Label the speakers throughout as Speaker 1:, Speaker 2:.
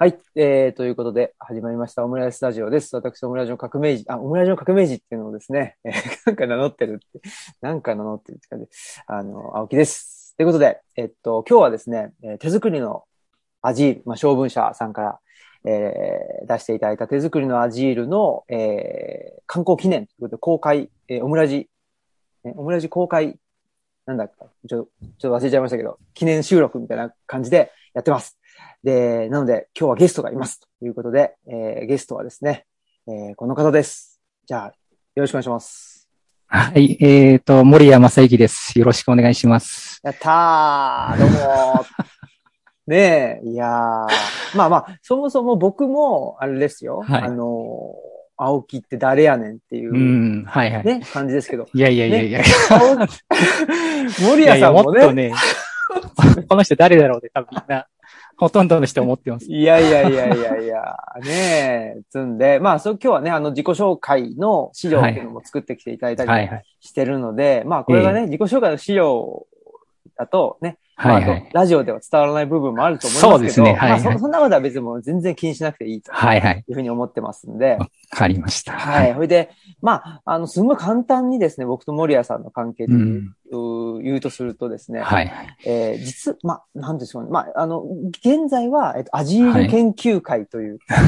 Speaker 1: はい。ということで、始まりました。オムライススタジオです。私、オムライスの革命児、オムライスの革命児っていうのをですね、なんか名乗ってるって、なんか名乗ってるって感じで、青木です。ということで、今日はですね、手作りのアジール、小文社さんから、出していただいた手作りのアジールの、観光記念ということで、公開、オムラジ公開、なんだっけ、ちょっと忘れちゃいましたけど、記念収録みたいな感じでやってます。で、なので今日はゲストがいますということで、ゲストはですね、この方です。じゃあ、よろしくお願いします。
Speaker 2: はい、森谷正幸です。よろしくお願いします。
Speaker 1: やったー、どうもー。ねえ、いやー、そもそも僕も、あれですよ、
Speaker 2: はい。
Speaker 1: 青木って誰やねんっていう
Speaker 2: はいはい。
Speaker 1: ね、感じですけど、
Speaker 2: いやいやいやい
Speaker 1: ね、
Speaker 2: や。
Speaker 1: 森谷
Speaker 2: いやいや、も
Speaker 1: さんもね、
Speaker 2: っとね、この人誰だろうって多分みんな、ほとんどの人思ってます。
Speaker 1: いやいやいやいやいや、ねえ、積んで、今日はね、自己紹介の資料っていうの
Speaker 2: はい。
Speaker 1: も作ってきていただいたりも
Speaker 2: はいはい。
Speaker 1: してるので、これがね、
Speaker 2: ええ。
Speaker 1: 自己紹介の資料だとね、
Speaker 2: はいはい。
Speaker 1: ラジオでは伝わらない部分もあると思いま
Speaker 2: そうですね。
Speaker 1: すけど、
Speaker 2: はいはい。
Speaker 1: そんなことは別にもう全然気にしなくていいと
Speaker 2: はいはい。
Speaker 1: いうふうに思ってますんで、
Speaker 2: わかりました。は
Speaker 1: はい。
Speaker 2: い。
Speaker 1: ほいで、すごい簡単にですね、僕と森谷さんの関係で
Speaker 2: うん。
Speaker 1: 言うとするとですね、
Speaker 2: はいはい。
Speaker 1: なんでしょうね。現在は、アジール
Speaker 2: はい。
Speaker 1: 研究会というか、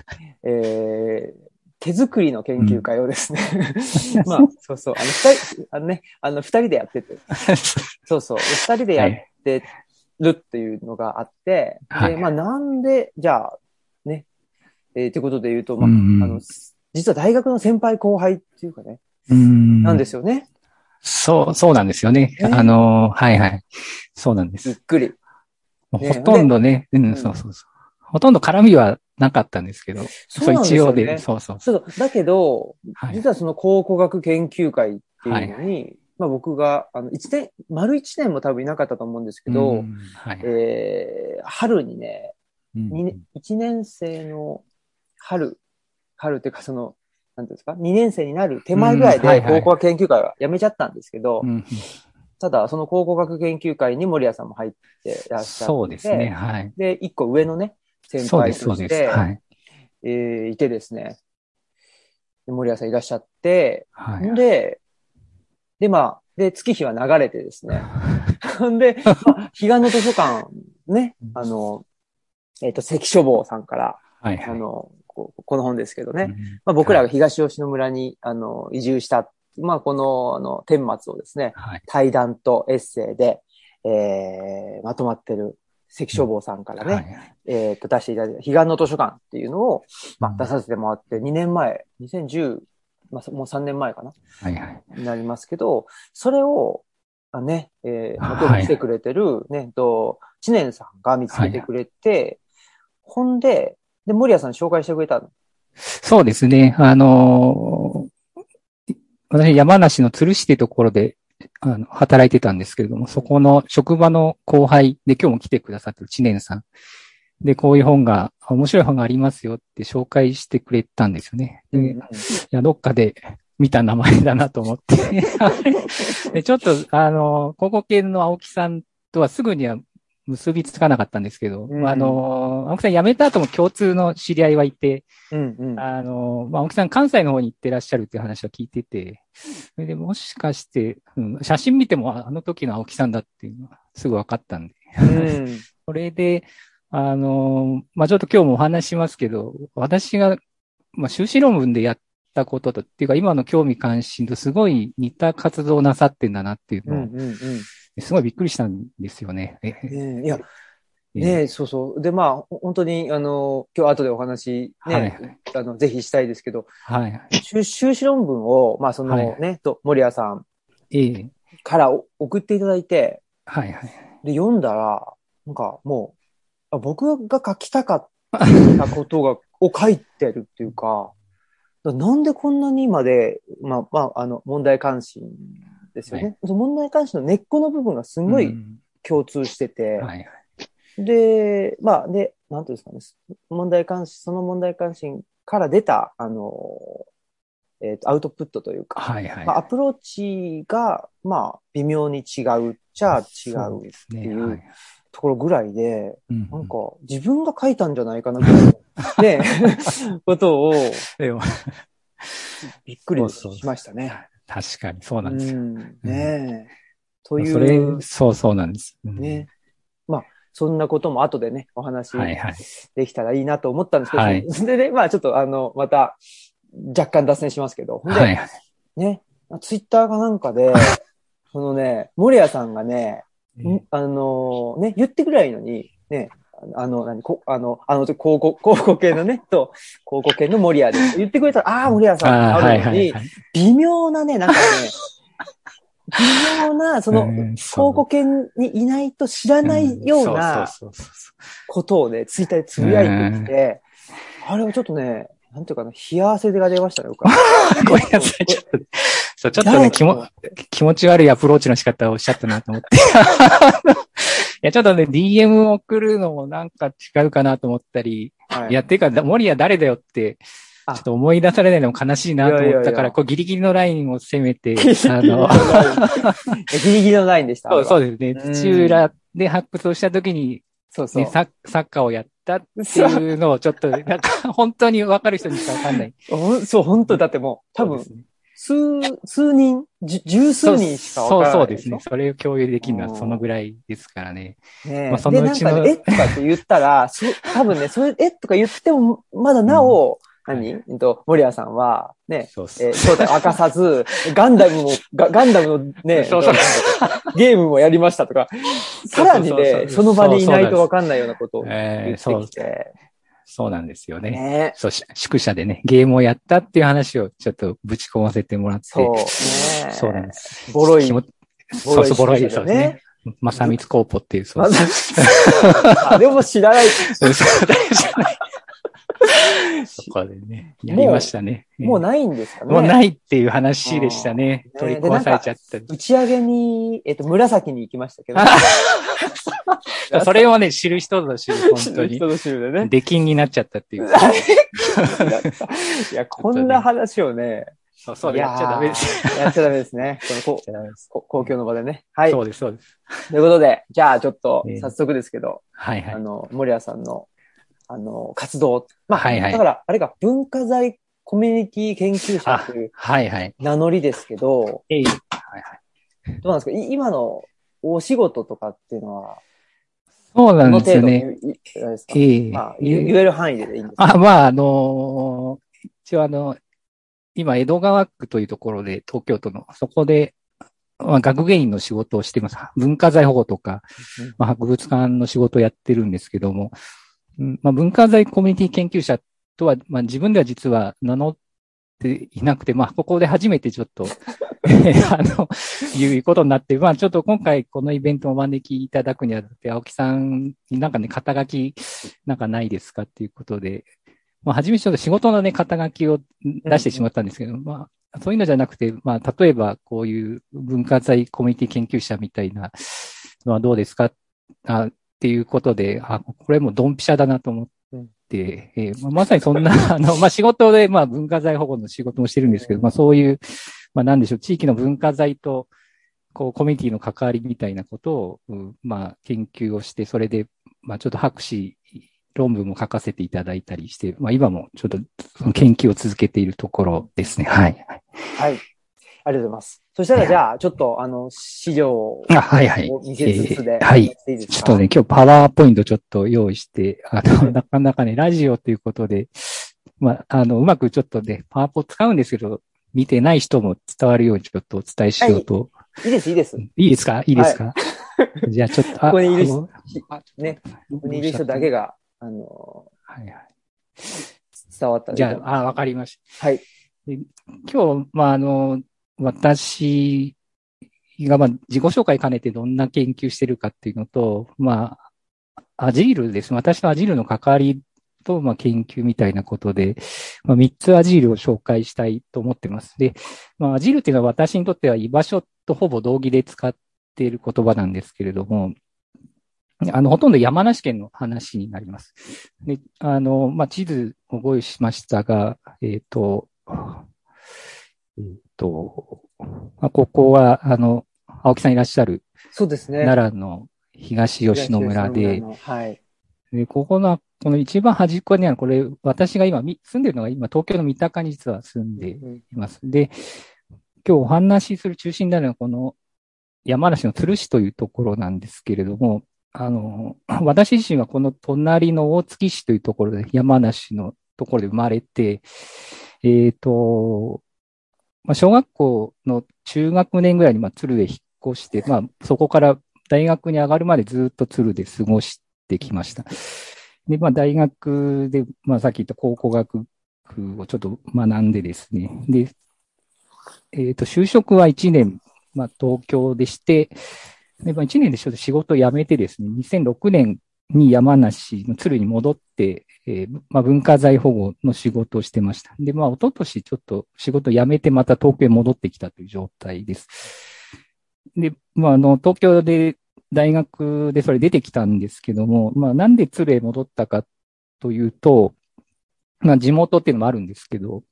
Speaker 1: 手作りの研究
Speaker 2: うん。
Speaker 1: 会をですねそうそう、二人でやってて、そうそう、二人でやっ
Speaker 2: はい。
Speaker 1: てるっていうのがあって、で、
Speaker 2: はい。
Speaker 1: なんで、じゃあ、ね、ってことで言うと、
Speaker 2: うん。
Speaker 1: 実は大学の先輩後輩っていうかね、
Speaker 2: う
Speaker 1: なん
Speaker 2: ん。
Speaker 1: ですよね。
Speaker 2: そうなんですよね。
Speaker 1: ね、
Speaker 2: はいはい。そうなんです。
Speaker 1: びっくり。ね、
Speaker 2: もうほとん
Speaker 1: で、
Speaker 2: どね、
Speaker 1: うん。
Speaker 2: そうそうそう。ほとんど絡みはなかったんですけど、そう
Speaker 1: そうなんで
Speaker 2: 一応で、
Speaker 1: すよね。
Speaker 2: そうそうそう。
Speaker 1: そう、だけど、
Speaker 2: はい。
Speaker 1: 実はその考古学研究会っていう
Speaker 2: はいはい。
Speaker 1: のに、僕が、丸一年も多分いなかったと思うんですけ
Speaker 2: う
Speaker 1: ど、
Speaker 2: ん、はいはい。
Speaker 1: 春にね、
Speaker 2: うん、
Speaker 1: 一年生の春っていうかなんていうんですか、2年生になる手
Speaker 2: うん、
Speaker 1: 前ぐらい
Speaker 2: はいはい。
Speaker 1: で考古学研究会は辞めちゃったんですけど、
Speaker 2: うん、
Speaker 1: ただその考古学研究会に森谷さんも入ってらっしゃっ
Speaker 2: そうですね、
Speaker 1: て、
Speaker 2: はい。
Speaker 1: で、一個上のね、先
Speaker 2: そうです、
Speaker 1: 輩と
Speaker 2: そうです。は
Speaker 1: して、
Speaker 2: い。
Speaker 1: いてですね、森谷さんいらっしゃって、
Speaker 2: はい。
Speaker 1: んで、で、月日は流れてですね。んで、彼岸の図書館、ね、関書房さんから、
Speaker 2: はいはい。
Speaker 1: この本ですけどね。
Speaker 2: うん、
Speaker 1: 僕らが
Speaker 2: はい。
Speaker 1: 東吉野村に、移住した、この、顛末をですね、
Speaker 2: はい。
Speaker 1: 対談とエッセイで、まとまってる関
Speaker 2: うん、
Speaker 1: 書房さんからね、
Speaker 2: はいはい。
Speaker 1: 出していただいた、彼岸の図書館っていうのを、出
Speaker 2: うん、
Speaker 1: させてもらって2年前、2010、もう3年前かな、
Speaker 2: はいはい。
Speaker 1: になりますけど、それを、今日も
Speaker 2: はい。
Speaker 1: 来てくれてる、知念さんが見つ
Speaker 2: はい。
Speaker 1: けてくれて、ほんで、森谷さん紹介してくれたの。
Speaker 2: そうですね。私、山梨の鶴市ってところで、働いてたんですけれども、そこの職場の後輩で今日も来てくださってる知念さん。で、こういう本が、面白い本がありますよって紹介してくれたんですよね。で、い
Speaker 1: うんうん。
Speaker 2: や、どっかで見た名前だなと思ってで、ちょっと、高校系の青木さんとはすぐには結びつかなかったんですけど、
Speaker 1: うん。
Speaker 2: 青木さん辞めた後も共通の知り合いはいて、
Speaker 1: うんうん。
Speaker 2: 青木さん関西の方に行ってらっしゃるっていう話は聞いてて、それでもしかして、写真見てもあの時の青木さんだっていうのがすぐ分かったんで。
Speaker 1: うん。
Speaker 2: それで、ちょっと今日もお話ししますけど、私が、修士論文でやったことと、っていうか今の興味関心とすごい似た活動をなさってんだなっていう
Speaker 1: うん
Speaker 2: のを、
Speaker 1: うんうん。
Speaker 2: すごいびっくりしたんですよね。
Speaker 1: ねえ、いや、ねえ、
Speaker 2: え
Speaker 1: そうそう。で、本当に、今日後でお話、
Speaker 2: はい、
Speaker 1: ね、ぜひしたいですけど、
Speaker 2: はい、
Speaker 1: 修士論文を、
Speaker 2: はい、
Speaker 1: 森谷さん
Speaker 2: ええ、
Speaker 1: から送っていただいて、
Speaker 2: はい、はい。
Speaker 1: で、読んだら、なんかもう、僕が書きたかったことを書いてるっていうか、なんでこんなにまで、問題関心ですよ
Speaker 2: はい。
Speaker 1: ね。その問題関心の根っこの部分がすごい
Speaker 2: うん。
Speaker 1: 共通してて、
Speaker 2: はい。
Speaker 1: で、なんていうんですかね、その問題関心から出た、アウトプットというか、
Speaker 2: はいはいはい。
Speaker 1: アプローチが、微妙に違うっちゃ違
Speaker 2: そう
Speaker 1: うっ
Speaker 2: ですね。
Speaker 1: ていう
Speaker 2: はい。
Speaker 1: ところぐらいで、
Speaker 2: うん
Speaker 1: なんか自分が書いたんじゃないかなぐらいのね、ことを
Speaker 2: でも
Speaker 1: びっくり
Speaker 2: そう
Speaker 1: しましたね。
Speaker 2: 確かにそうなんですよ。
Speaker 1: ねえ。とい
Speaker 2: それ、
Speaker 1: う、
Speaker 2: そうなんです。
Speaker 1: ね。まあ、そんなことも後でね、お話
Speaker 2: はいはい。
Speaker 1: できたらいいなと思ったんですけど、
Speaker 2: はい
Speaker 1: でね、まあちょっとまた若干脱線しますけど、ほんで、
Speaker 2: はいはい。
Speaker 1: ね、ツイッターかなんかで、そのね、森谷さんがね、ね、言ってくればいいのに、ね、広告系のね、広告系の森谷です。言ってくれたら、ああ、森谷さんってなるのに、微妙なね、なんかね、微妙な、その、広告系にいないと知らないようなことをね、ツイッターでつぶやいてきて、あれはちょっとね、なんていうかな、冷や汗が出ましたね、
Speaker 2: ごめんなさい、ちょっとね、気持ち悪いアプローチの仕方をおっしゃったなと思って。いや、ちょっとね、DM 送るのもなんか違うかなと思ったり、いや、っていうか、森谷誰だよって、ちょっと思い出されないのも悲しいなと思ったから、こうギリギリのラインを攻めて、ギリギ
Speaker 1: リのラインでした。
Speaker 2: そうですね。土浦で発掘をしたときに、サッカーをやったっていうのをちょっと、なんか本当に分かる人にしか分かんない。
Speaker 1: そう、本当だってもう、多分、数人、十数人しか分からない。
Speaker 2: そうですね。それを共有できるのはそのぐらいですからね。
Speaker 1: まあそのうちの。で、なんかね、とかって言ったら、多分ね、とか言っても、まだなお、森谷さんは、ね、正体を明かさず、ガンダムのね、ゲームもやりましたとか、さらにね、その場にいないと分かんないようなことを言ってきて。
Speaker 2: そうなんですよね。宿舎でね、ゲームをやったっていう話をちょっとぶち込ませてもらって。そうなんです。
Speaker 1: ボロい
Speaker 2: ですね。正光コーポっていう、そうです。
Speaker 1: あれも知らない。
Speaker 2: そこでね、やりましたね。
Speaker 1: もうないんですかね。
Speaker 2: もうないっていう話でしたね。取り壊されちゃった。
Speaker 1: 打ち上げに、紫に行きましたけど。
Speaker 2: それをね、知る人ぞ知る、本当に。
Speaker 1: 人ぞ知るでね。
Speaker 2: 出禁になっちゃったっていう。
Speaker 1: いや、こんな話をね。
Speaker 2: そう、やっちゃダメです。
Speaker 1: やっちゃダメですね。公共の場でね。はい。
Speaker 2: そうです。と
Speaker 1: いうことで、じゃあちょっと、早速ですけど、森谷さんの、活動。まあ、だから、あれか、文化財コミュニティ研究者という名乗りですけど、どうなんですか今のお仕事とかっていうのは、
Speaker 2: そうなんですよね。
Speaker 1: 言える範囲でいいんですか？
Speaker 2: まあ、一応今、江戸川区というところで、東京都の、そこで、学芸員の仕事をしています。文化財保護とか、博物館の仕事をやってるんですけども、文化財コミュニティ研究者とは、自分では実は名乗っていなくて、ここで初めてちょっと、いうことになって、ちょっと今回このイベントをお招きいただくにあたって、青木さんになんかね、肩書きなんかないですかっていうことで、初めちょっと仕事のね、肩書きを出してしまったんですけど、そういうのじゃなくて、例えばこういう文化財コミュニティ研究者みたいなのはどうですかっていうことで、これもドンピシャだなと思って、まさにそんな、仕事で、文化財保護の仕事もしてるんですけど、そういう、なんでしょう、地域の文化財と、こう、コミュニティの関わりみたいなことを、研究をして、それで、ちょっと博士、論文も書かせていただいたりして、今もちょっとその研究を続けているところですね。はい。
Speaker 1: はい。ありがとうございます。そしたらじゃあ、ちょっと資料を見せつつで、
Speaker 2: はい。ちょっとね、今日パワーポイントちょっと用意して、なかなかね、ラジオということで、うまくちょっとね、パワポ使うんですけど、見てない人も伝わるようにちょっとお伝えしようと。
Speaker 1: いいです。い
Speaker 2: いですかじゃあちょっと、
Speaker 1: ここにいる人、ね、ここにいる人だけが、伝わったらいい。
Speaker 2: じゃあ、わかりました。
Speaker 1: はい。
Speaker 2: 今日、私が、自己紹介兼ねてどんな研究してるかっていうのと、アジールです。私のアジールの関わりと、研究みたいなことで、3つアジールを紹介したいと思ってます。で、アジールっていうのは私にとっては居場所とほぼ同義で使っている言葉なんですけれども、ほとんど山梨県の話になります。で、地図をご用意しましたが、ここは、青木さんいらっしゃる。
Speaker 1: そうですね。
Speaker 2: 奈良の、 東吉野村で、
Speaker 1: はい。
Speaker 2: で、この一番端っこにある、これ、私が今、住んでるのが今、東京の三鷹に実は住んでいます。で、今日お話しする中心になるのは、この山梨の都留市というところなんですけれども、私自身はこの隣の大月市というところで、山梨のところで生まれて、小学校の中学年ぐらいに、鶴へ引っ越して、そこから大学に上がるまでずっと鶴で過ごしてきました。で、大学で、さっき言った考古学をちょっと学んでですね。で、就職は1年、東京でして、で、1年でちょっと仕事を辞めてですね、2006年に山梨の鶴に戻って、文化財保護の仕事をしてました。で、一昨年ちょっと仕事を辞めてまた東京へ戻ってきたという状態です。で、東京で大学でそれ出てきたんですけども、なんで鶴へ戻ったかというと、地元っていうのもあるんですけど、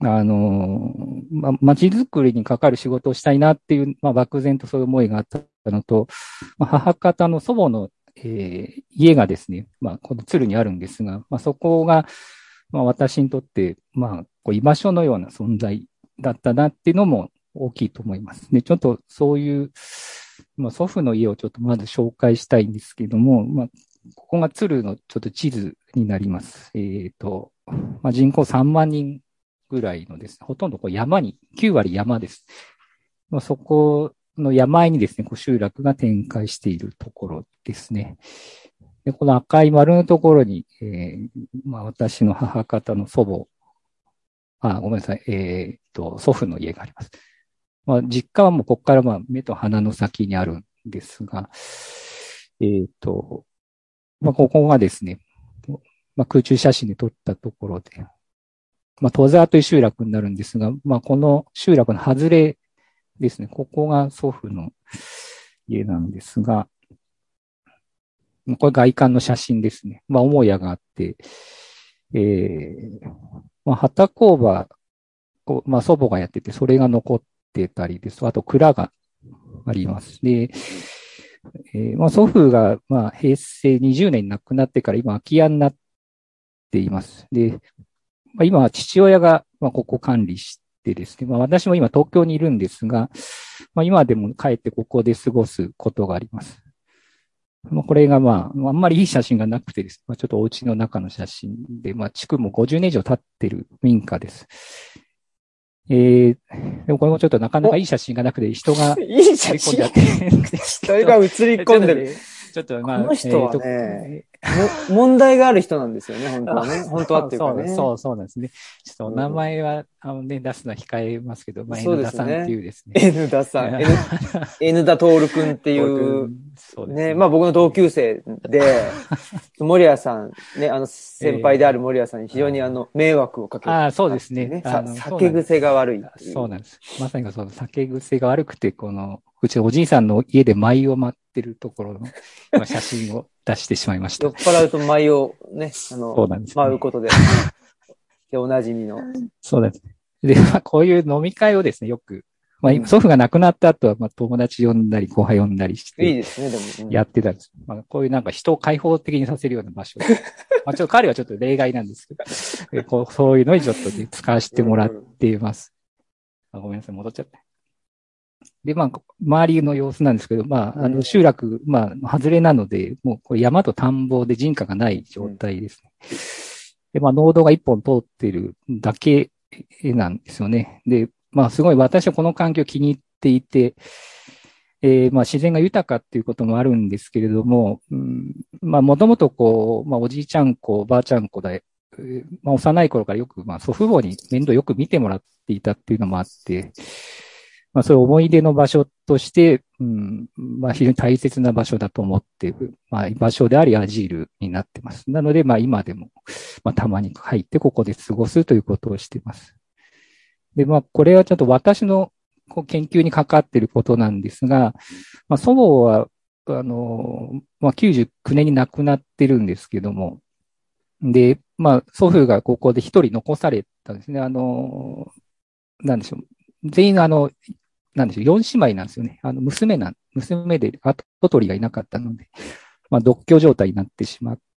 Speaker 2: 街づくりにかかる仕事をしたいなっていう、漠然とそういう思いがあったのと、母方の祖母の、家がですね、この鶴にあるんですが、そこが、私にとって、居場所のような存在だったなっていうのも大きいと思います。で、ちょっとそういう、祖父の家をちょっとまず紹介したいんですけども、ここが鶴のちょっと地図になります。人口3万人ぐらいのですね、ほとんど山に、9割山です。そこの山あいにですね、集落が展開しているところですね。で、この赤い丸のところに、私の母方の祖母、ごめんなさい、祖父の家があります。実家はもうここから目と鼻の先にあるんですが、ここがですね、空中写真で撮ったところで、戸沢という集落になるんですが、この集落の外れですね、ここが祖父の家なんですが、これ外観の写真ですね。母屋があって、旗工場を、祖母がやってて、それが残ってたりです。あと蔵があります。で、祖父が、平成20年に亡くなってから今空き家になっています。で、今は父親が、ここ管理してですね、私も今東京にいるんですが、今でも帰ってここで過ごすことがあります。これがあんまりいい写真がなくてですね、ちょっとお家の中の写真で、築も50年以上経ってる民家です。でもこれもちょっとなかなかいい写真がなくて、人が
Speaker 1: いい写真人が映り込んでる。
Speaker 2: ちょっと
Speaker 1: この人はね、問題がある人なんですよね、本当はね。本当はっていうかね。
Speaker 2: そうなんですね。ちょっとお名前は、出すのは控えますけど、
Speaker 1: そうですね。
Speaker 2: N 田さんっていうですね。
Speaker 1: N 田さん。N 田徹くんっていう、
Speaker 2: そうですね。
Speaker 1: 僕の同級生で、森谷さん、ね、先輩である森谷さんに非常に迷惑をかけて、
Speaker 2: そうですね。
Speaker 1: 酒癖が悪い。
Speaker 2: そうなんです。まさにその酒癖が悪くて、うちのおじいさんの家で舞を待ってるところの写真を出してしまいました。
Speaker 1: 酔っ払うと舞をね、
Speaker 2: そうなんです、
Speaker 1: 舞うことで、で、おなじみの。
Speaker 2: そうです。で、こういう飲み会をですね、よく、祖父が亡くなった後は、友達呼んだり、後輩呼んだりして、
Speaker 1: いいですね、でも。
Speaker 2: やってたんです。こういうなんか人を開放的にさせるような場所。彼はちょっと例外なんですけど、そういうのにちょっと、ね、使わせてもらっています。ごめんなさい、戻っちゃった。で、周りの様子なんですけど、集落、外れなので、もうこれ山と田んぼで人家がない状態ですね。で、農道が一本通っているだけなんですよね。で、すごい私はこの環境を気に入っていて、自然が豊かっていうこともあるんですけれども、もともとおじいちゃん子、おばあちゃん子で、幼い頃からよく、祖父母に面倒よく見てもらっていたっていうのもあって、そういう思い出の場所として、非常に大切な場所だと思っている、場所でありアジールになってます。なので、今でも、たまに入ってここで過ごすということをしています。で、これはちょっと私の研究に関わっていることなんですが、祖母は、99年に亡くなってるんですけども、で、祖父がここで一人残されたんですね。なんでしょう。全員なんでしょう、4姉妹なんですよね。娘で跡取りがいなかったので、まあ、独居状態になってしまって、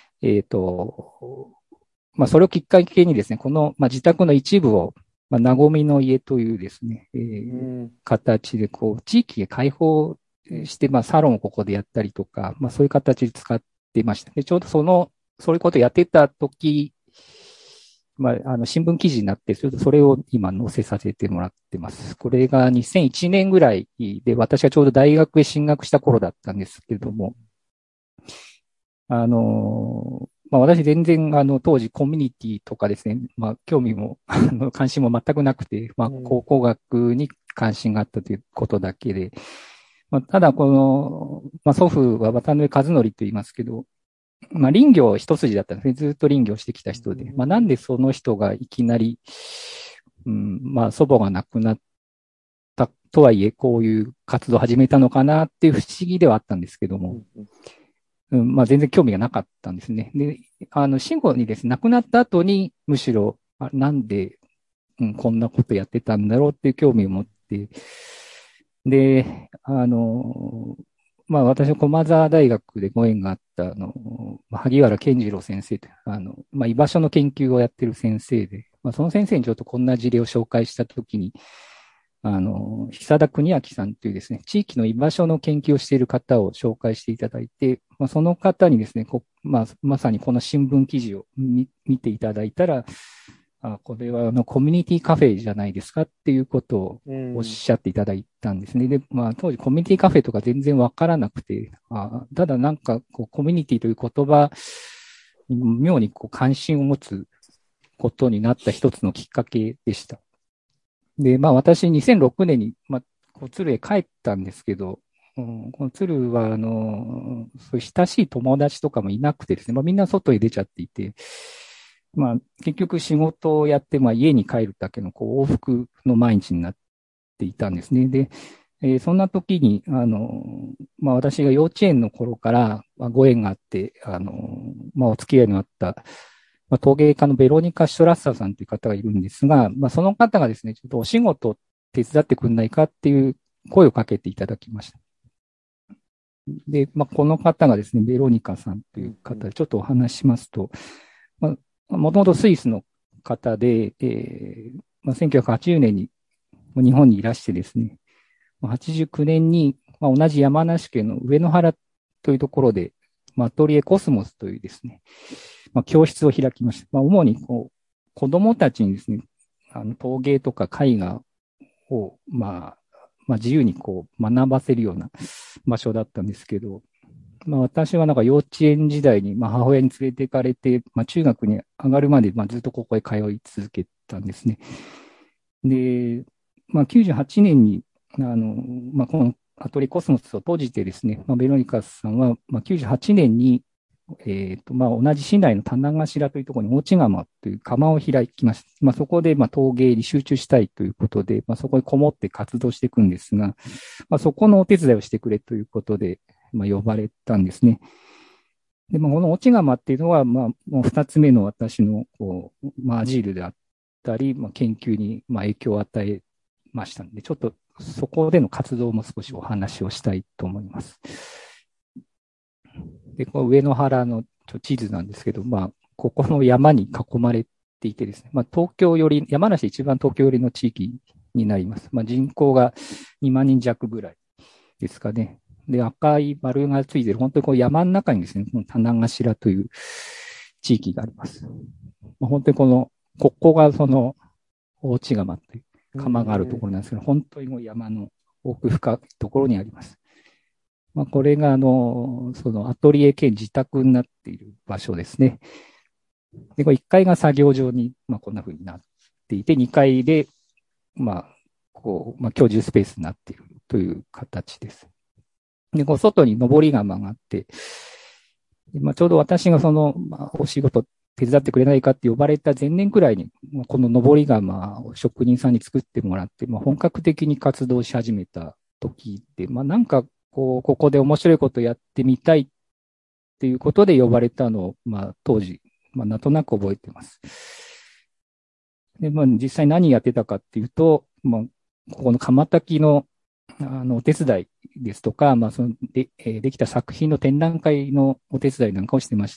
Speaker 2: まあ、それをきっかけにですね、この、まあ、自宅の一部を、まあ、なごみの家というですね、形で、こう、地域へ開放して、まあ、サロンをここでやったりとか、まあ、そういう形で使ってました。で、ちょうどそういうことをやってた時、まあ、新聞記事になって、それを今載せさせてもらってます。これが2001年ぐらいで、私がちょうど大学へ進学した頃だったんですけれども、まあ、私全然、当時コミュニティとかですね、まあ、興味も、関心も全くなくて、まあ、考古学に関心があったということだけで、まあ、ただ、まあ、祖父は渡辺和則と言いますけど、まあ、林業一筋だったんですね。ずっと林業してきた人で。まあ、なんでその人がいきなり、まあ、祖母が亡くなったとはいえ、こういう活動を始めたのかなっていう不思議ではあったんですけども、まあ、全然興味がなかったんですね。で、死後にですね、亡くなった後に、むしろ、なんで、こんなことやってたんだろうっていう興味を持って、で、まあ私は駒沢大学でご縁があった、萩原健次郎先生という、まあ居場所の研究をやってる先生で、まあその先生にちょっとこんな事例を紹介したときに、久田邦明さんというですね、地域の居場所の研究をしている方を紹介していただいて、まあその方にですね、まあまさにこの新聞記事を見ていただいたら、これはコミュニティカフェじゃないですかっていうことをおっしゃっていただいたんですね。で、まあ当時コミュニティカフェとか全然わからなくて、ただなんかこうコミュニティという言葉に妙にこう関心を持つことになった一つのきっかけでした。で、まあ私2006年に、まあ、こう鶴へ帰ったんですけど、この鶴はそういう親しい友達とかもいなくてですね、まあみんな外へ出ちゃっていて、まあ、結局仕事をやって、まあ、家に帰るだけのこう往復の毎日になっていたんですね。で、そんな時に、まあ、私が幼稚園の頃から、まあ、ご縁があって、まあ、お付き合いのあった、まあ、陶芸家のベロニカ・シュトラッサーさんという方がいるんですが、まあ、その方がですね、ちょっとお仕事手伝ってくんないかっていう声をかけていただきました。で、まあ、この方がですね、ベロニカさんという方で、ちょっとお話しますと、まあ、もともとスイスの方で、まあ、1980年に日本にいらしてですね、89年に、まあ、同じ山梨県の上野原というところで、まあ、アトリエコスモスというですね、まあ、教室を開きました。まあ、主にこう子供たちにですね、陶芸とか絵画を、まあ、自由にこう学ばせるような場所だったんですけど、まあ、私はなんか幼稚園時代に、まあ、母親に連れて行かれて、まあ、中学に上がるまで、まあ、ずっとここへ通い続けたんですね。で、まあ、98年に、まあ、このアトリエコスモスを閉じてですね、まあ、ベロニカさんは、まあ、98年に、まあ、同じ市内の棚頭というところに大地窯という窯を開きました。まあ、そこで、まあ、陶芸に集中したいということで、まあ、そこにこもって活動していくんですが、まあ、そこのお手伝いをしてくれということで、まあ、呼ばれたんですね。で、まあ、この落ち窯っていうのは、まあ、もう二つ目の私の、こう、まあ、アジールであったり、まあ、研究に、まあ、影響を与えましたので、ちょっとそこでの活動も少しお話をしたいと思います。で、この上野原の地図なんですけど、まあ、ここの山に囲まれていてですね、まあ、東京より、山梨一番東京寄りの地域になります。まあ、人口が2万人弱ぐらいですかね。で、赤い丸がついている、本当にこう山の中にですね、この棚頭という地域があります。まあ、本当にここがその大地窯という窯があるところなんですけど、本当にもう山の奥深いところにあります。まあ、これがそのアトリエ兼自宅になっている場所ですね。で、これ1階が作業場に、まあ、こんな風になっていて、2階で、まあ、こう、まあ、居住スペースになっているという形です。で、こう外に上り窯があって、まあ、ちょうど私がまあ、お仕事手伝ってくれないかって呼ばれた前年くらいに、この上り窯を職人さんに作ってもらって、まあ、本格的に活動し始めた時で、まあ、なんかここで面白いことやってみたいっていうことで呼ばれたのを、まあ、当時、まあ、なんとなく覚えてます。で、まあ、実際何やってたかっていうと、まあ、 ここの釜炊きの、お手伝いですとか、できた作品の展覧会のお手伝いなんかをしてました。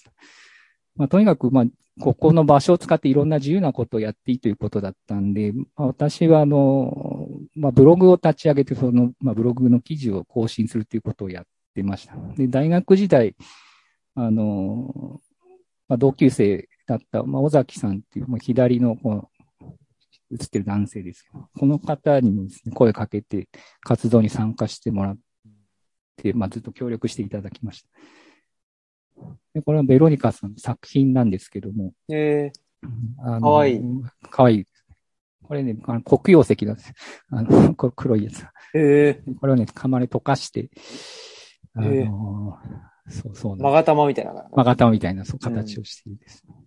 Speaker 2: とにかく、ここの場所を使っていろんな自由なことをやっていいということだったんで、私は、ブログを立ち上げて、ブログの記事を更新するということをやってました。で、大学時代、同級生だった、尾崎さんっていう、左の、映ってる男性ですよ。この方にもですね、声かけて活動に参加してもらって、ずっと協力していただきました。で、これはベロニカさんの作品なんですけども。
Speaker 1: かわいい。
Speaker 2: かわいい。これね、黒曜石なんですよ。これ黒いやつ。これをね、釜で溶かして、そう
Speaker 1: マガタマみたいな。
Speaker 2: マガタマみたいな、形をしているですね。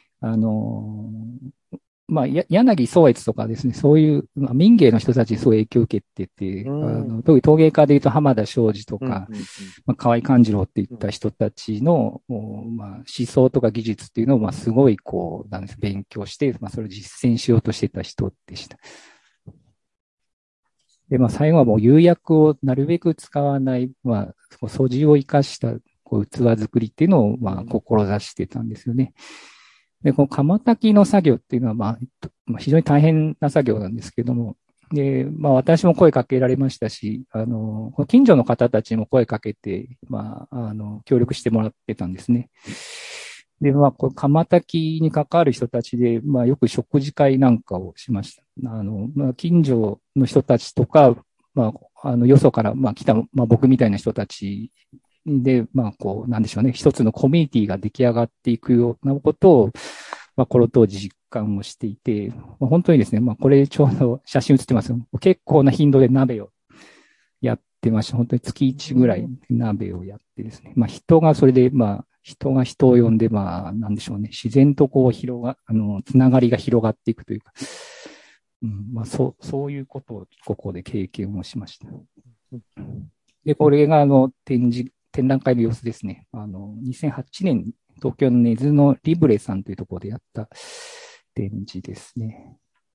Speaker 2: 柳宗悦とかですね、そういう、民芸の人たちにそう影響を受けてて、特に陶芸家で言うと浜田庄司とか、河合勘次郎っていった人たちの、思想とか技術っていうのを、すごい勉強して、それを実践しようとしてた人でした。で、最後はもう釉薬をなるべく使わない、素地を生かした器作りっていうのを、志してたんですよね。で、この釜炊きの作業っていうのは、非常に大変な作業なんですけども、で、私も声かけられましたし、近所の方たちも声かけて、協力してもらってたんですね。で、これ釜炊きに関わる人たちで、よく食事会なんかをしました。近所の人たちとか、よそから、来た、僕みたいな人たちで、なんでしょうね、一つのコミュニティが出来上がっていくようなことを、この当時実感をしていて、本当にですね、これちょうど写真写ってますよ。結構な頻度で鍋をやってました。本当に月1ぐらい鍋をやってですね。人がそれで、人が人を呼んで、なんでしょうね、自然とつながりが広がっていくというか、そういうことをここで経験をしました。で、これが展覧会の様子ですね。2008年、東京の根津のリブレさんというところでやった展示ですね。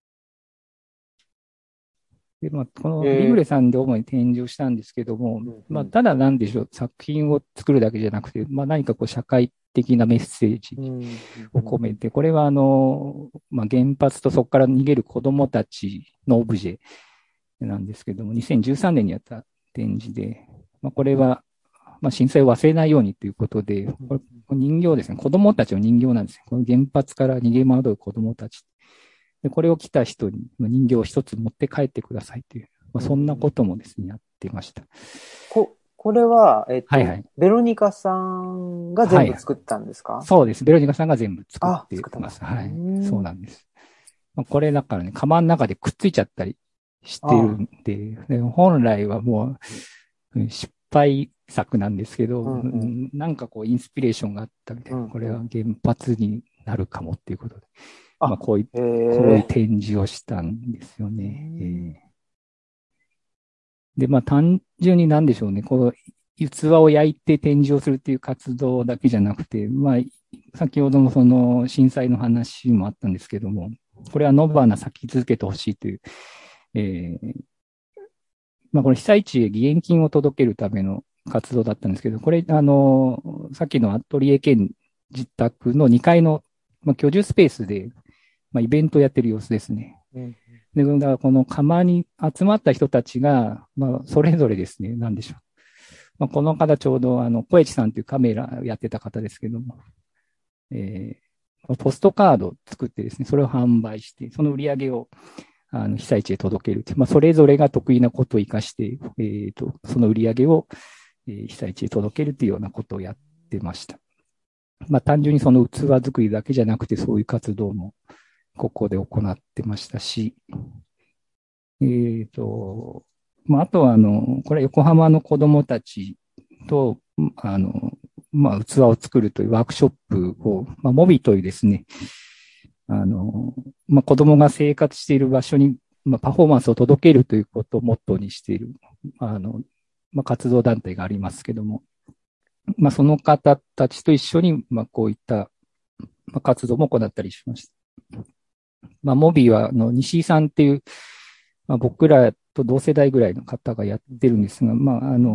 Speaker 2: で、このリブレさんで主に展示をしたんですけども、ただなんでしょう、作品を作るだけじゃなくて、何か社会的なメッセージを込めて、これは原発とそこから逃げる子供たちのオブジェなんですけども、2013年にやった展示で、これは、震災を忘れないようにということで、これ人形ですね。子供たちの人形なんですね。この原発から逃げ惑う子供たち。で、これを来た人に人形を一つ持って帰ってくださいという、そんなこともですね、やってました。
Speaker 1: これは、
Speaker 2: はいはい。
Speaker 1: ベロニカさんが全部作ったんですか？
Speaker 2: そうです。ベロニカさんが全部作ってます。はい。そうなんです。これだからね、釜の中でくっついちゃったりしてるんで、本来はもう失敗作なんですけど、なんかインスピレーションがあったみたいな、これは原発になるかもっていうことで、こういう展示をしたんですよね。で、単純になんでしょうね、器を焼いて展示をするっていう活動だけじゃなくて、先ほどのその震災の話もあったんですけども、これは野花咲き続けてほしいという、この被災地へ義援金を届けるための活動だったんですけど、これ、さっきのアトリエ兼自宅の2階の、居住スペースで、イベントをやってる様子ですね。で、だからこの釜に集まった人たちが、それぞれですね、なんでしょう。この方ちょうど、小市さんというカメラやってた方ですけども、ポストカードを作ってですね、それを販売して、その売り上げを、被災地へ届ける。それぞれが得意なことを活かして、その売り上げを、被災地へ届けるというようなことをやってました。単純にその器作りだけじゃなくて、そういう活動もここで行ってましたし、あとはこれ横浜の子供たちと、器を作るというワークショップを、モビというですね、子供が生活している場所に、パフォーマンスを届けるということをモットーにしている、活動団体がありますけども、その方たちと一緒に、こういった、活動も行ったりしました。モビは、西井さんっていう、 まあ、僕らと同世代ぐらいの方がやってるんですが、まあ、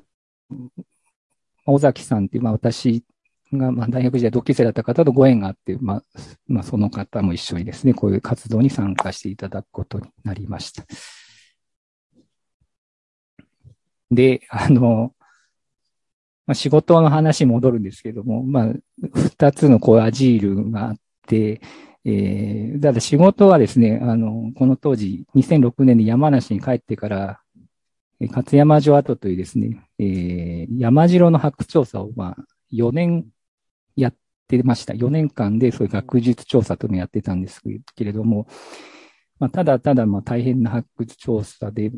Speaker 2: 尾崎さんっていう、まあ、私が、まあ、大学時代同級生だった方とご縁があって、まあ、その方も一緒にですね、こういう活動に参加していただくことになりました。で、まあ、仕事の話に戻るんですけども、まあ、二つのこうアジールがあって、ただ仕事はですね、この当時、2006年に山梨に帰ってから、勝山城跡というですね、山城の発掘調査を、まあ、4年やってました。4年間でそういう学術調査というのをやってたんですけれども、まあ、ただただ、まあ、大変な発掘調査で、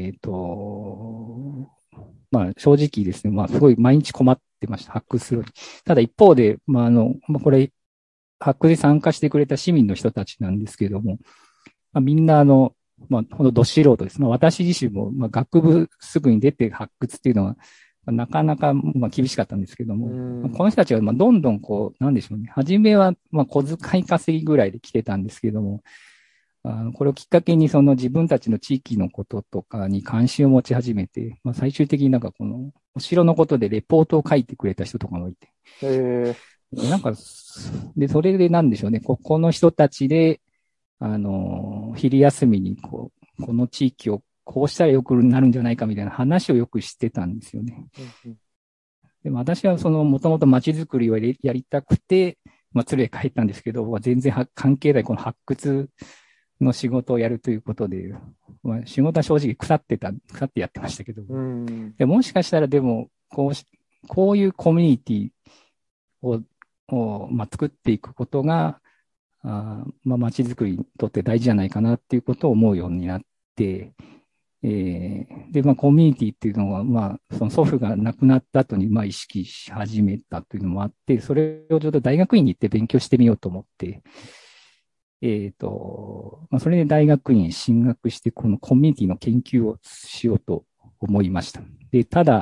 Speaker 2: まあ、正直ですね、まあ、すごい毎日困ってました。発掘する。ただ一方で、まあ、まあ、これ、発掘に参加してくれた市民の人たちなんですけれども、まあ、みんなまあ、ほんとど素人です。まあ、私自身も、まあ、学部すぐに出て発掘っていうのは、なかなか、まあ、厳しかったんですけども、まあ、この人たちは、まあ、どんどんこう、なんでしょうね。初めは、まあ、小遣い稼ぎぐらいで来てたんですけども、これをきっかけにその自分たちの地域のこととかに関心を持ち始めて、まあ、最終的になんかこのお城のことでレポートを書いてくれた人とかもいて。なんか、で、それでなんでしょうね、ここの人たちで、昼休みにこの地域をこうしたらよくなるんじゃないかみたいな話をよくしてたんですよね。でも私はもともと街づくりをやりたくて、まあ、鶴へ帰ったんですけど、全然関係ないこの発掘の仕事をやるということで、まあ、仕事は正直腐ってやってましたけど、でもしかしたらでも、こういうコミュニティまあ、作っていくことが、まあ、街づくりにとって大事じゃないかなっていうことを思うようになって、で、まあ、コミュニティっていうのは、まあ、その祖父が亡くなった後に、まあ、意識し始めたというのもあって、それをちょっと大学院に行って勉強してみようと思って、まあ、それで大学院に進学して、このコミュニティの研究をしようと思いました。で、ただ、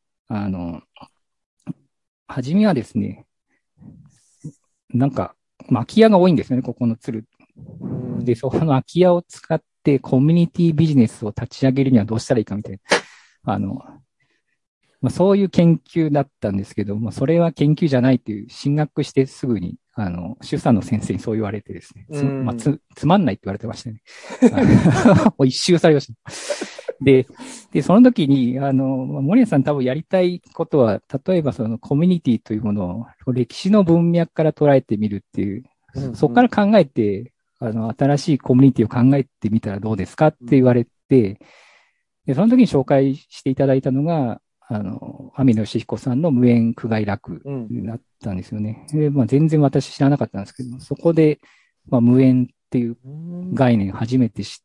Speaker 2: 初めはですね、なんか、空き家が多いんですよね、ここの鶴。で、その空き家を使ってコミュニティビジネスを立ち上げるにはどうしたらいいかみたいな。まあ、そういう研究だったんですけども、それは研究じゃないっていう、進学してすぐに、主査の先生にそう言われてですね、まあ、つまんないって言われてましたね。もう一周されました。で、その時に、森谷さん多分やりたいことは、例えばそのコミュニティというものを歴史の文脈から捉えてみるっていう、そこから考えて、新しいコミュニティを考えてみたらどうですかって言われて、で、その時に紹介していただいたのが、網野義彦さんの無縁苦外楽になったんですよね。で、まあ、全然私知らなかったんですけど、そこで、まあ、無縁っていう概念を初めて知って、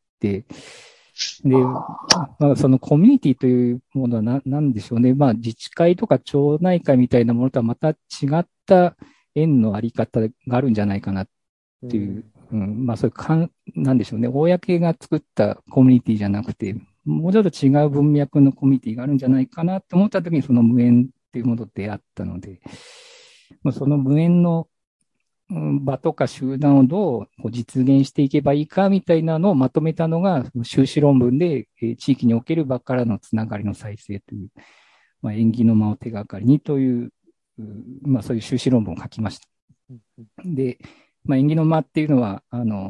Speaker 2: で、まあ、そのコミュニティというものはなんでしょうね。まあ、自治会とか町内会みたいなものとはまた違った縁のあり方があるんじゃないかなっていう、まあ、そういうなんでしょうね。公が作ったコミュニティじゃなくて、もうちょっと違う文脈のコミュニティがあるんじゃないかなと思った時にその無縁っていうものと出会ったので、まあ、その無縁の場とか集団をどう実現していけばいいかみたいなのをまとめたのが修士論文で、地域における場からのつながりの再生という、まあ、縁起の間を手がかりにという、まあ、そういう修士論文を書きました。で、まあ、縁起の間っていうのは、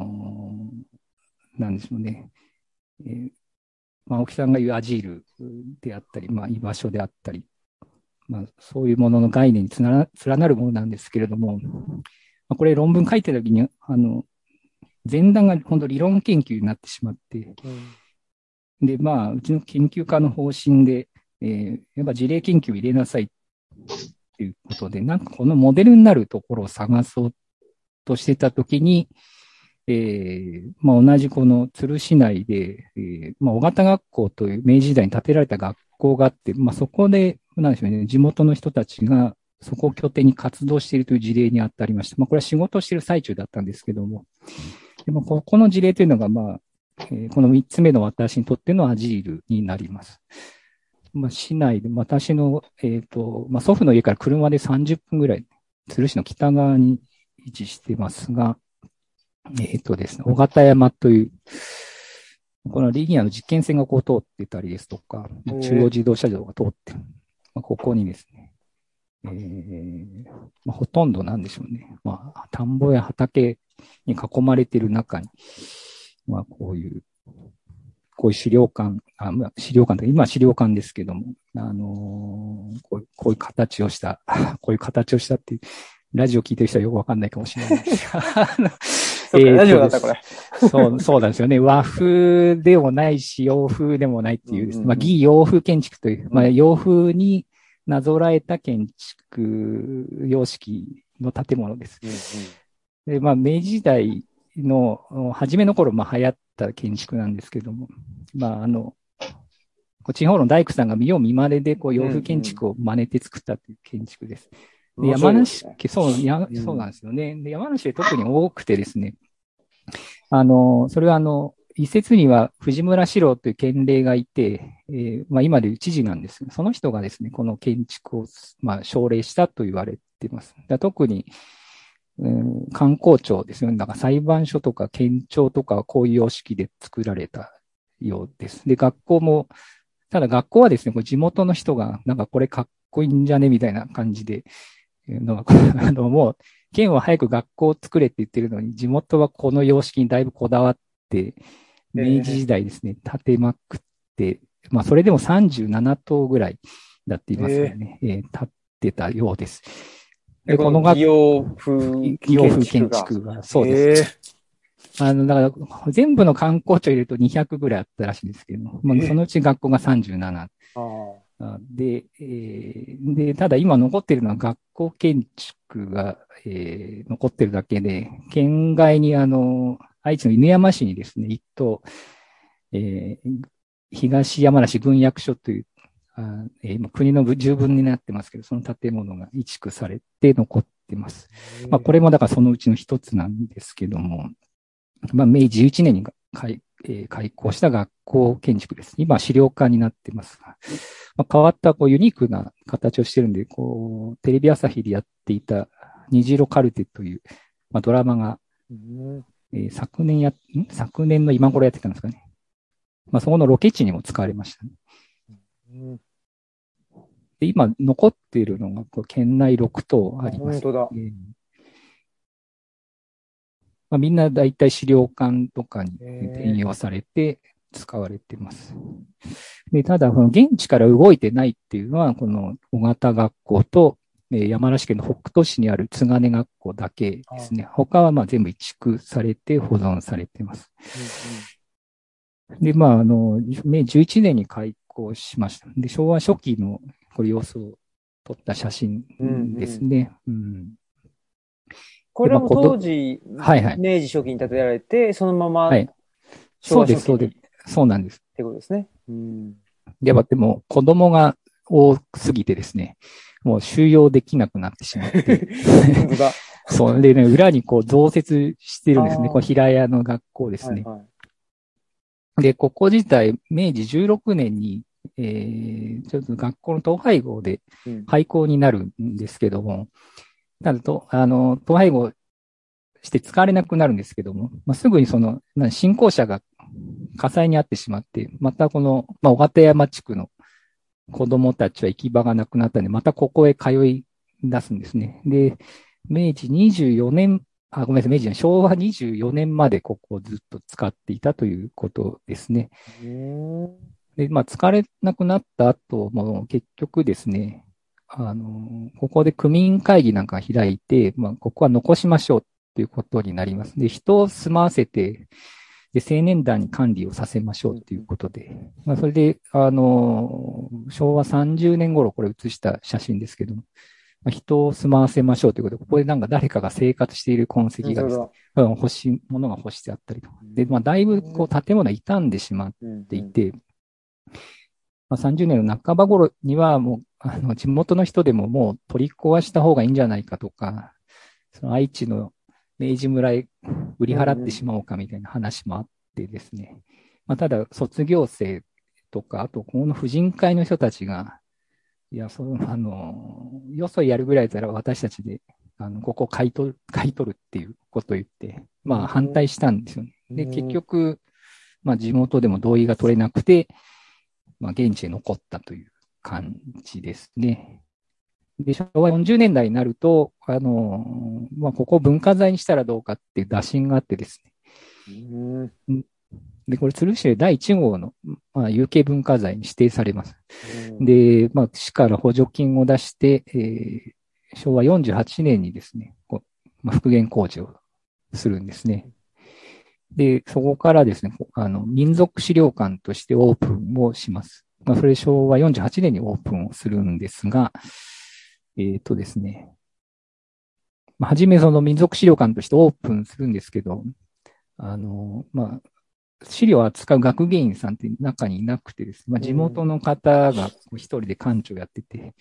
Speaker 2: なんでしょうね。まあ、青木さんが言うアジールであったり、まあ、居場所であったり、まあ、そういうものの概念に連なるものなんですけれども、まあ、これ論文書いてるときに、前段が本当理論研究になってしまって、で、まあ、うちの研究家の方針で、やっぱ事例研究を入れなさいということで、なんかこのモデルになるところを探そうとしてたときに、まあ、同じこの鶴市内で、まあ、尾形学校という明治時代に建てられた学校があって、まあ、そこで、なんでしょうね、地元の人たちがそこを拠点に活動しているという事例にあたりました。まあ、これは仕事をしている最中だったんですけども、でもこの事例というのが、まあ、この3つ目の私にとってのアジールになります。まあ、市内で、私の、まあ、祖父の家から車で30分ぐらい、鶴市の北側に位置してますが、ですね、尾形山という、 このリニアの実験線がこう通ってたりですとか、中央自動車道が通ってる。ここにですね、ほとんどなんでしょうね。田んぼや畑に囲まれている中に、こういう資料館、資料館というか、今資料館ですけども、こういう形をした、こういう形をしたっていう、ラジオ聞いてる人はよくわかんないかもしれないですが、
Speaker 1: そうか、ラジオだったこれ。
Speaker 2: そうなんですよね。和風でもないし、洋風でもないっていうですね。義洋風建築という、洋風になぞらえた建築様式の建物です。で、明治時代の初めの頃、流行った建築なんですけども、地方の大工さんが見よう見まねで、洋風建築を真似て作ったという建築です。で、山梨県、そうなんですよね。で、山梨で特に多くてですね、それは一説には藤村四郎という県令がいて、今でいう知事なんですが、その人がですね、この建築を、奨励したと言われています。特に、観光庁ですよね。だから裁判所とか県庁とかはこういう様式で作られたようです。で、学校も、ただ学校はですね、地元の人が、これかっこいいんじゃねみたいな感じで、もう、県は早く学校を作れって言ってるのに、地元はこの様式にだいぶこだわって、明治時代ですね、建てまくって、それでも37棟ぐらいだって言いますよね。建ってたようです。
Speaker 1: で、この義洋風
Speaker 2: 建築が、そうです。だから全部の観光庁入れると200ぐらいあったらしいんですけど、そのうち学校が37。で、ただ今残っているのは学校建築が、残ってるだけで、県外に愛知の犬山市にですね、一棟、東山梨軍役所という、今国の十分になってますけど、その建物が移築されて残ってます。これもだからそのうちの一つなんですけども、明治11年に開校した学校建築です。今、資料館になってますが、変わったユニークな形をしてるんで、テレビ朝日でやっていた虹色カルテという、ドラマが、昨年の今頃やってたんですかね。そこのロケ地にも使われましたね。で今、残っているのが、県内6棟あります。
Speaker 1: 本当だ。
Speaker 2: みんなだいたい資料館とかに転用されて使われています。で、ただ、現地から動いてないっていうのは、この小型学校と、山梨県の北杜市にある津金学校だけですね。他は全部移築されて保存されています。で、明治11年に開校しました。で、昭和初期のこれ様子を撮った写真ですね。
Speaker 1: これも当時、明治初期に建てられて、そのまま、
Speaker 2: 昭和初期に。そうなんです。
Speaker 1: ってことですね。
Speaker 2: でも、子供が多すぎてですね、もう収容できなくなってしまって。
Speaker 1: 本当だ。
Speaker 2: そうでね、裏に増設してるんですね。平屋の学校ですね。で、ここ自体、明治16年に、ちょっと学校の統廃合で廃校になるんですけども、ただ統廃合して使われなくなるんですけども、すぐに新校舎が火災に遭ってしまって、また小型山地区の子供たちは行き場がなくなったんで、またここへ通い出すんですね。で、明治24年、ごめんなさい、昭和24年までここをずっと使っていたということですね。で、使われなくなった後も結局ですね、ここで区民会議なんか開いて、ここは残しましょうということになります。で、人を住まわせて、で、青年団に管理をさせましょうということで、それで、昭和30年頃これ写した写真ですけども、人を住まわせましょうということで、ここで誰かが生活している痕跡がですね、物が干してあったりとか。で、だいぶ建物は傷んでしまっていて、30年の半ば頃にはもう、地元の人でももう取り壊した方がいいんじゃないかとか、愛知の明治村へ売り払ってしまおうかみたいな話もあってですね。ただ、卒業生とか、あと、この婦人会の人たちが、いや、よそやるぐらいだったら私たちで、ここを買い取るっていうことを言って、反対したんですよね。で、結局、 まあ地元でも同意が取れなくて、まあ現地へ残ったという感じですね。で、昭和40年代になると、まあここを文化財にしたらどうかっていう打診があってですね。で、これ鶴市で第1号の、まあ、有形文化財に指定されます。で、まあ市から補助金を出して、昭和48年にですね、まあ、復元工事をするんですね。で、そこからですね、民族資料館としてオープンをします。まあ、それ昭和48年にオープンをするんですが、ですね、まあ、はじめその民族資料館としてオープンするんですけど、まあ、資料を扱う学芸員さんって中にいなくてですね、まあ、地元の方が一人で館長やってて、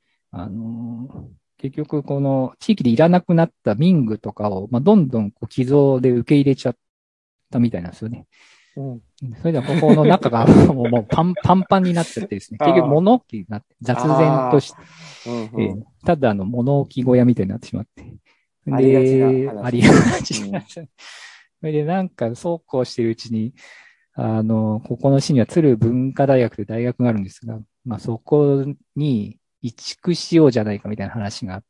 Speaker 2: 結局この地域でいらなくなった民具とかを、まあ、どんどん寄贈で受け入れちゃったみたいなんですよね。それではここの中がもうパンパンになっちゃってですね、結局物置になって、雑然として、ただ物置小屋みたいになってしまって。
Speaker 1: で、
Speaker 2: ありがちな。それでなんかそうこうしているうちに、ここの市には鶴文化大学という大学があるんですが、まあそこに移築しようじゃないかみたいな話があって、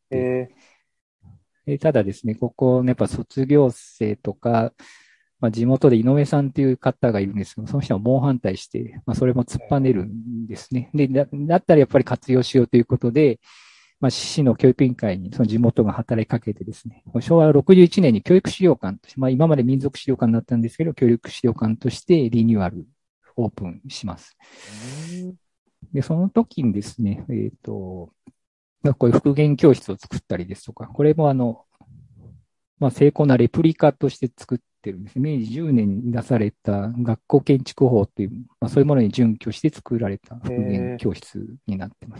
Speaker 2: ただですね、ここやっぱ卒業生とか、まあ地元で井上さんっていう方がいるんですけど、その人は猛反対して、まあそれも突っぱねるんですね。で、だったらやっぱり活用しようということで、まあ、市の教育委員会にその地元が働きかけてですね、昭和61年に教育資料館として、まあ今まで民族資料館だったんですけど、教育資料館としてリニューアルオープンします。で、その時にですね、こういう復元教室を作ったりですとか、これもまあ精巧なレプリカとして作ってるんです。明治10年に出された学校建築法という、まあそういうものに準拠して作られた復元教室になっています。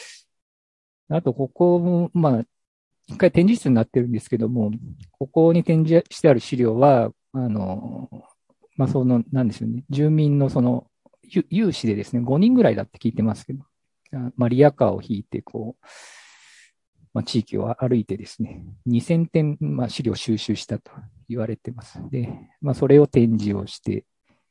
Speaker 2: あと、ここも、まあ、一回展示室になってるんですけども、ここに展示してある資料は、まあ、なんでしょうね、住民の有志でですね、5人ぐらいだって聞いてますけど、まあ、リヤカーを引いて、まあ、地域を歩いてですね、2000点、まあ、資料を収集したと言われてます。で、まあ、それを展示をして、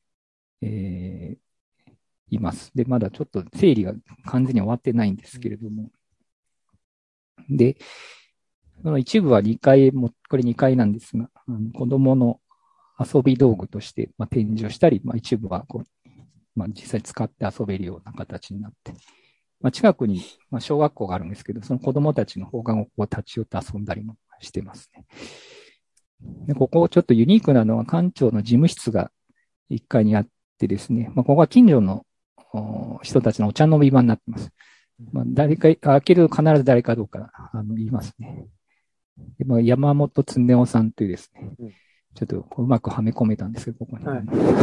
Speaker 2: います。で、まだちょっと整理が完全に終わってないんですけれども、で、その一部は2階も、これ2階なんですが、子供の遊び道具として、まあ、展示をしたり、まあ、一部はまあ、実際使って遊べるような形になって、まあ、近くに、まあ、小学校があるんですけど、その子供たちの放課後を立ち寄って遊んだりもしてますね。で、ここちょっとユニークなのは館長の事務室が1階にあってですね、まあ、ここは近所の人たちのお茶飲み場になってます。まあ、開けると必ず誰かどうか、言いますね。でまあ、山本恒夫さんというですね、ちょっとうまくはめ込めたんですけど、ここに。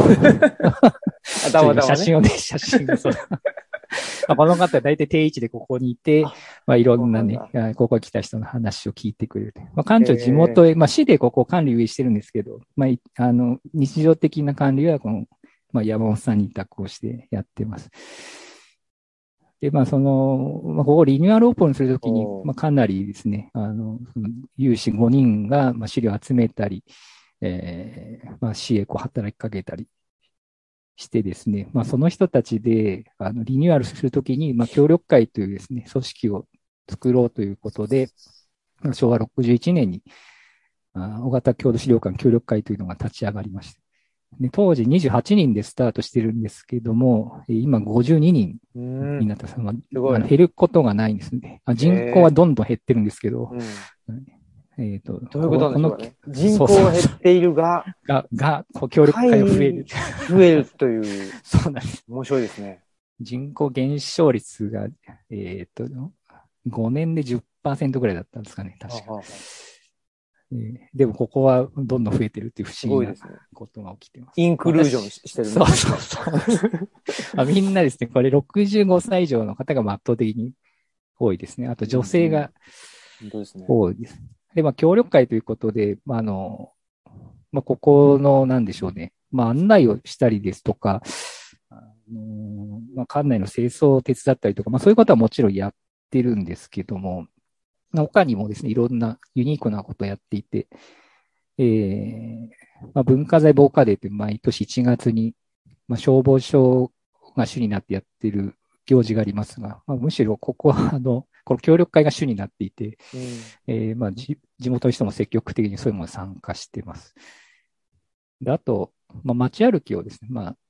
Speaker 2: 写真をね、この方は大体定位置でここにいて、まあいろんなね、ここ来た人の話を聞いてくれる。まあ館長地元へ、まあ市でここ管理してるんですけど、まあ日常的な管理はまあ山本さんに委託をしてやってます。で、まあまあここリニューアルオープンするときに、まあかなりですね、有志5人が、まあ資料を集めたり、まあ市へ働きかけたりしてですね、まあその人たちで、リニューアルするときに、まあ協力会というですね、組織を作ろうということで、昭和61年に、小型郷土資料館協力会というのが立ち上がりました。で当時28人でスタートしてるんですけども、今52人になった。減ることがないんですね。人口はどんどん減ってるんですけど、
Speaker 1: どういうことなんでしょうね。人口が減っているが、
Speaker 2: 協力会が増える。
Speaker 1: 増えるという。
Speaker 2: そうなんです。
Speaker 1: 面白いですね。
Speaker 2: 人口減少率が、5年で 10% ぐらいだったんですかね、確か。でもここはどんどん増えてるっていう不思議なことが起きてます。
Speaker 1: インクルージョンしてるんです
Speaker 2: ね。そう。みんなですね、これ65歳以上の方が圧倒的に多いですね。あと女性が多いです。で、まあ協力会ということで、まあまあここのなんでしょうね。まあ案内をしたりですとか、まあ館内の清掃を手伝ったりとか、まあそういうことはもちろんやってるんですけども、他にもですね、いろんなユニークなことをやっていて、 文化財防火デーって毎年1月に、消防署が主になってやっている行事がありますが、むしろここは、この協力会が主になっていて、地元の人も積極的にそういうものに参加しています。で、あと、街歩きをですね、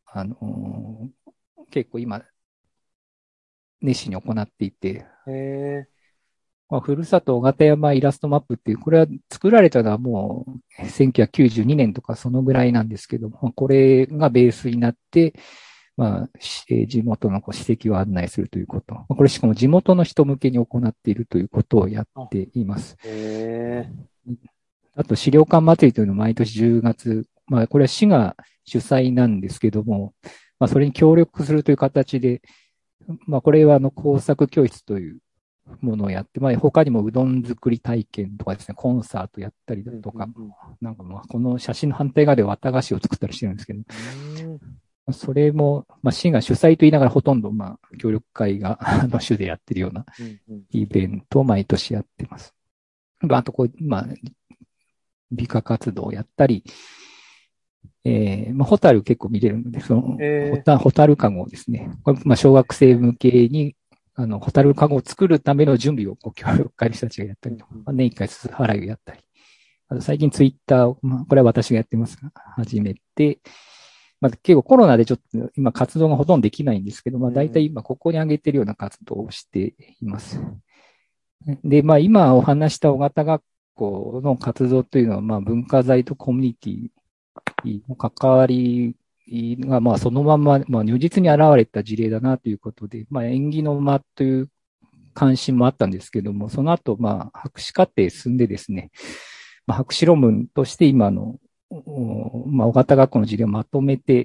Speaker 2: 結構今、熱心に行っていて、ふるさと小形山イラストマップっていう、これは作られたのはもう1992年とかそのぐらいなんですけども、これがベースになって、地元の史跡を案内するということ。これしかも地元の人向けに行っているということをやっています。あと資料館祭りというのを毎年10月、これは市が主催なんですけども、それに協力するという形で、これは工作教室というものをやって、他にもうどん作り体験とかですね、コンサートやったりだとか、この写真の反対側で綿菓子を作ったりしてるんですけど、それも、市が主催と言いながらほとんど、協力会が、主でやってるようなイベントを毎年やってます。あと、美化活動をやったり、ホタル結構見れるので、ホタルカゴですね。小学生向けに、ホタルカゴを作るための準備を協力会の人たちがやったりとか、年一回すす払いをやったり。あと最近ツイッター、これは私がやってますが、始めて、結構コロナでちょっと今活動がほとんどできないんですけど、大体今ここに上げてるような活動をしています。で、今お話した小型学校の活動というのは、文化財とコミュニティの関わりが、そのまま、如実に現れた事例だなということで、縁起の間という関心もあったんですけども、その後、博士課程進んでですね、博士論文として今の、小型学校の事例をまとめて、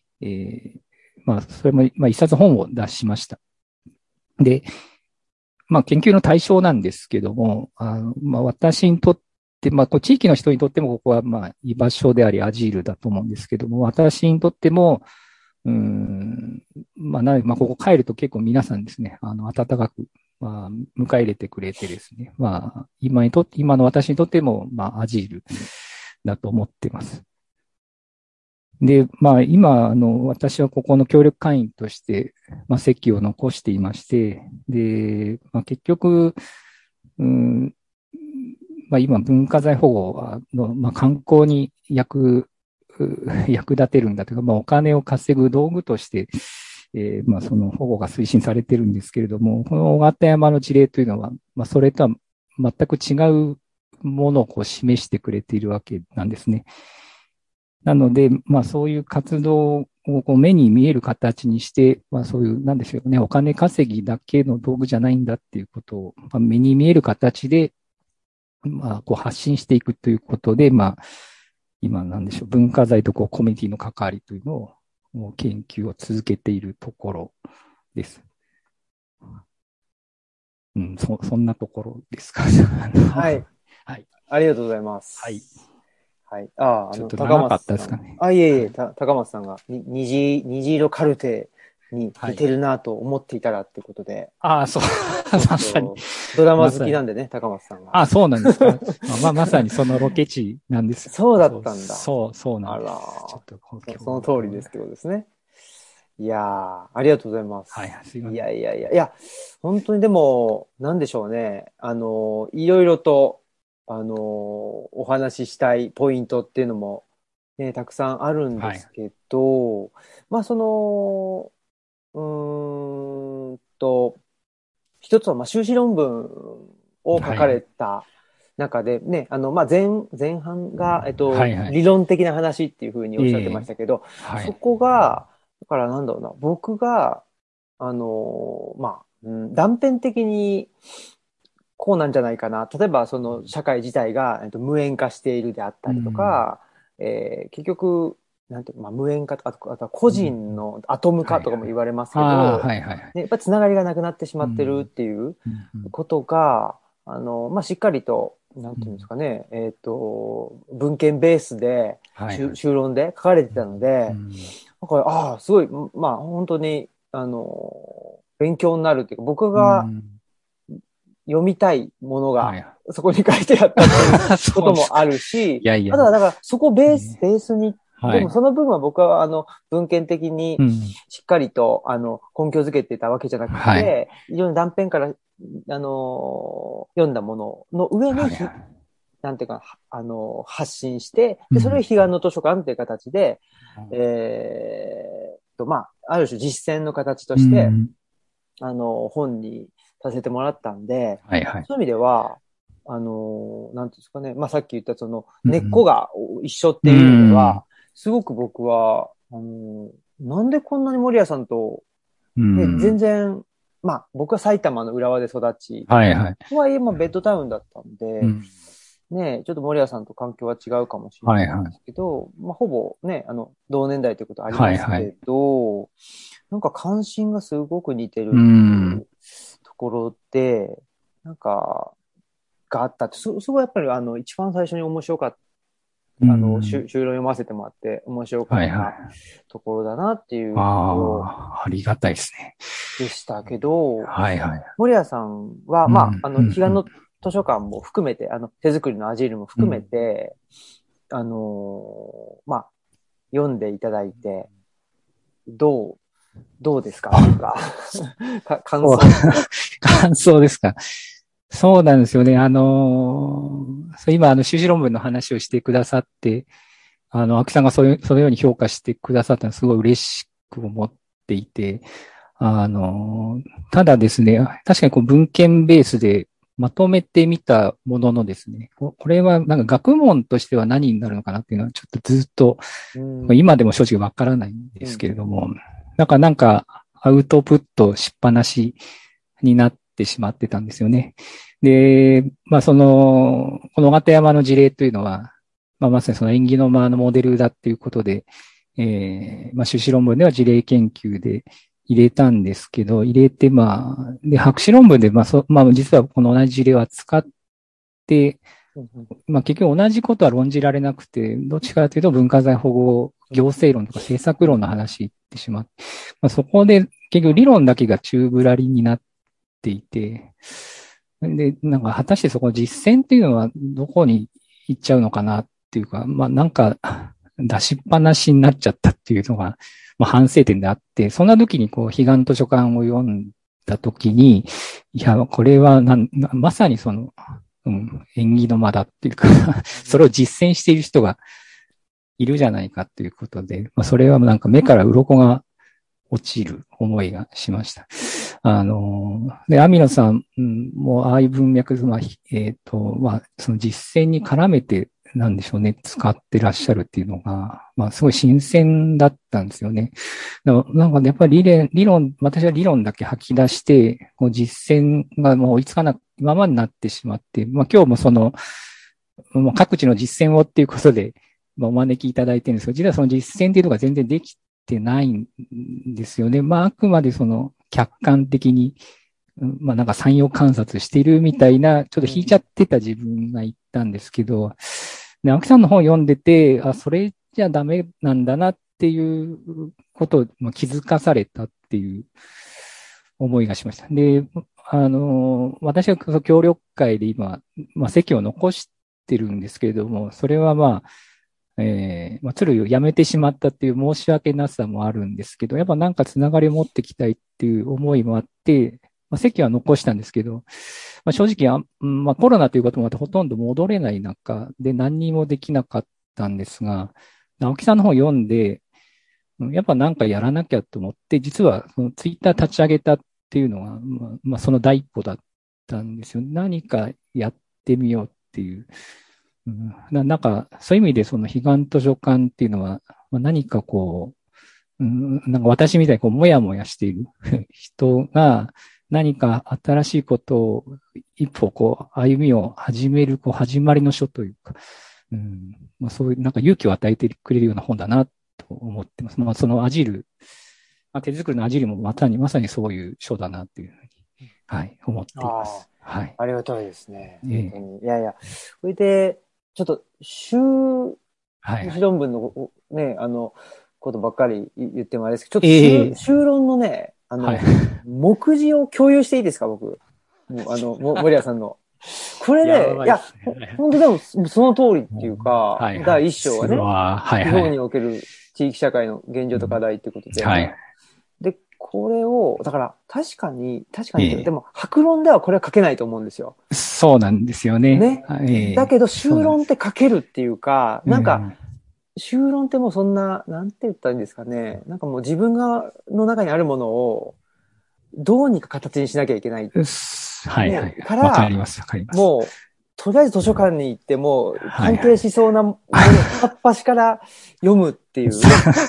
Speaker 2: それも、一冊本を出しました。で、研究の対象なんですけども、私にとって、地域の人にとってもここは居場所でありアジールだと思うんですけども、私にとっても、ここ帰ると結構皆さんですね、温かく、迎え入れてくれてですね、今の私にとっても、アジールだと思っています。で、今、私はここの協力会員として、席を残していまして、で、結局、今、文化財保護の、観光に役立てるんだというか、お金を稼ぐ道具として、その保護が推進されてるんですけれども、この小形山の事例というのは、それとは全く違うものを示してくれているわけなんですね。なので、そういう活動を目に見える形にして、そういう、なんでしょうね、お金稼ぎだけの道具じゃないんだっていうことを、目に見える形で、発信していくということで、今なんでしょう、文化財とコミュニティの関わりというのを、研究を続けているところです。そんなところですか。
Speaker 1: はい。はい。ありがとうございます。
Speaker 2: はい。
Speaker 1: はい。
Speaker 2: ちょっと長かったですかね。
Speaker 1: いえ、高松さんが虹色カルテに似てるなと思っていたらってことで。
Speaker 2: そう。まさに。
Speaker 1: ドラマ好きなんでね、高松さんが。
Speaker 2: そうなんですか。まさにそのロケ地なんです。
Speaker 1: そうだったんだ。
Speaker 2: そうなんです。
Speaker 1: ちょっとその通りですってことですね。いやー、ありがとうございます。
Speaker 2: はい、すいません。
Speaker 1: いや、本当にでも、なんでしょうね。いろいろと、お話ししたいポイントっていうのも、ね、たくさんあるんですけど、一つは、修士論文を書かれた中で、ね、前半が、理論的な話っていうふうにおっしゃってましたけど、そこが、だからなんだろうな、僕が、断片的に、こうなんじゃないかな。例えば、その社会自体が、無縁化しているであったりとか、結局、なんていうか、無縁化とか、あとは個人のアトム化とかも言われますけど、やっぱりつながりがなくなってしまってるっていうことが、しっかりと、なんていうんですかね、文献ベースで、修論で書かれてたので、すごい、本当に、勉強になるっていうか、僕が、 読みたいもの
Speaker 2: はい。
Speaker 1: が、そこに書いてあったっていう
Speaker 2: そうです。
Speaker 1: こともあるし、
Speaker 2: いやいや。
Speaker 1: あとはだからそこベースに、
Speaker 2: はい。
Speaker 1: でもその部分は僕は文献的に
Speaker 2: うん。
Speaker 1: しっかりと根拠づけてたわけじゃなく
Speaker 2: はい。
Speaker 1: て、非常に断片から読んだものの上に
Speaker 2: はい。
Speaker 1: なんていうか、発信して、で、それを
Speaker 2: うん。
Speaker 1: 彼岸の図書館という形で、まあ、ある種実践の形と
Speaker 2: う
Speaker 1: して、
Speaker 2: ん。
Speaker 1: 本にさせてもらったんで、
Speaker 2: はいはい。
Speaker 1: そういう意味では、なんていうんですかね、まあ、さっき言ったその根っこ
Speaker 2: うん。
Speaker 1: が一緒っ
Speaker 2: う
Speaker 1: ていう意味で
Speaker 2: ん。
Speaker 1: は、すごく僕は、なんでこんなに森谷さんと、
Speaker 2: う
Speaker 1: ね、全
Speaker 2: ん。
Speaker 1: 然、まあ、僕は埼玉の浦和で育ち、
Speaker 2: はいはい。
Speaker 1: とはいえ、まあ、ベッドタウンだったんで、
Speaker 2: うん。
Speaker 1: ね、ちょっと森谷さんと環境は違うかもしれないんで
Speaker 2: はいはい。
Speaker 1: すけど、まあ、ほぼね、同年代ということありますけ
Speaker 2: はいはい。
Speaker 1: ど、なんか関心がすごく似て
Speaker 2: う
Speaker 1: るってい
Speaker 2: ん。
Speaker 1: うところで、なんか、があったって、すごいやっぱり一番最初に面白かった、
Speaker 2: うん。
Speaker 1: 修論読ませてもらって面白かった
Speaker 2: はいはい。
Speaker 1: ところだなっていうところ
Speaker 2: ああ、ありがたいですね。
Speaker 1: でしたけど、
Speaker 2: はいはい。
Speaker 1: 森谷さんは、
Speaker 2: うん。
Speaker 1: まあ、
Speaker 2: うん。うん。
Speaker 1: 彼岸の図書館も含めて、手作りのアジールも含め
Speaker 2: うん。
Speaker 1: て、まあ、読んでいただいて、どうですかっていうか感
Speaker 2: そう
Speaker 1: 想。
Speaker 2: 感想ですか。そうなんですよね。そう今、修士論文の話をしてくださって、青木さんがそのように評価してくださったのはすごい嬉しく思っていて、あの、ただですね、確かにこう文献ベースでまとめてみたもののですね、これはなんか学問としては何になるのかなっていうのはちょっとずっと、
Speaker 1: うん、
Speaker 2: 今でも正直わからないんです
Speaker 1: うん、
Speaker 2: けれども、なんかアウトプットしっぱなしになってしまってたんですよね。で、まあこの小山の事例というのは、まあまさにその縁起の間のモデルだっていうことで、まあ修士論文では事例研究で入れたんですけど、入れてまあ、で、博士論文でまあ実はこの同じ事例は使って、
Speaker 1: うん、
Speaker 2: まあ結局同じことは論じられなくて、どっちかというと文化財保護、行政論とか政策論の話に行ってしまって、まあそこで結局理論だけが宙ぶらりになっていて、で、なんか果たしてそこの実践っていうのはどこに行っちゃうのかなっていうか、まあなんか出しっぱなしになっちゃったっていうのが、まあ反省点であって、そんな時にこう、彼岸図書館を読んだ時に、いや、これはまさにその、縁起の間だっていうかそれを実践している人がいるじゃないかということで、まあそれはなんか目から鱗が落ちる思いがしました。で、アミノさんもああいう文脈、まあ、まあ、その実践に絡めて、なんでしょうね、使ってらっしゃるっていうのが、まあ、すごい新鮮だったんですよね。なんか、やっぱり私は理論だけ吐き出して、こう実践がもう追いつかないままになってしまって、まあ、今日もまあ、各地の実践をっていうことで、まあ、お招きいただいてるんですけど、実はその実践っていうのが全然できてないんですよね。まあ、あくまでその客観的に、まあなんか産業観察しているみたいな、ちょっと引いちゃってた自分がいたんですけど、で、青木さんの本を読んでて、あ、それじゃダメなんだなっていうことを気づかされたっていう思いがしました。で、私はその協力会で今、まあ席を残してるんですけれども、それはまあ、まあ、鶴を辞めてしまったっていう申し訳なさもあるんですけど、やっぱなんかつながりを持っていきたいっていう思いもあって、まあ、席は残したんですけど、まあ、正直まあ、コロナということもあってほとんど戻れない中で何にもできなかったんですが、青木さんの本を読んで、やっぱなんかやらなきゃと思って、実はそのツイッター立ち上げたっていうのが、まあ、その第一歩だったんですよ。何かやってみようっていう。なんか、そういう意味でその彼岸図書館っていうのは、まあ、何かこう、なんか私みたいにこう、もやもやしている人が何か新しいことを一歩こう、歩みを始める、こう、始まりの書というか、まあ、そういうなんか勇気を与えてくれるような本だなと思ってます。まあ、そのアジール、まあ、手作りのアジールもまさにそういう書だなっていうふうに、はい、思っています。はい。
Speaker 1: ありがたいですね。
Speaker 2: ええ、
Speaker 1: 本当に。いやいや。それで、ちょっと、
Speaker 2: はい、はい。
Speaker 1: 修論文のね、ことばっかり言ってもあれですけど、ちょっと
Speaker 2: ええ、
Speaker 1: 修論のね、
Speaker 2: はい。
Speaker 1: 目次を共有していいですか、僕。 森谷さんの。これね、いや、本当でもその通りっていうか、第一章はね、地方における地域社会の現状と課題っていうことで、で、これを、だから確かに、でも、白論ではこれは書けないと思うんですよ。
Speaker 2: そうなんですよね。
Speaker 1: ね。だけど、修論って書けるっていうか、なんか、修論ってもうそんな、なんて言ったらいいんですかね。なんかもう自分の中にあるものを、どうにか形にしなきゃいけない。
Speaker 2: はいはい。
Speaker 1: から、
Speaker 2: わかります。
Speaker 1: もう、とりあえず図書館に行っても、関係しそうなものを片っ端から読むっていう。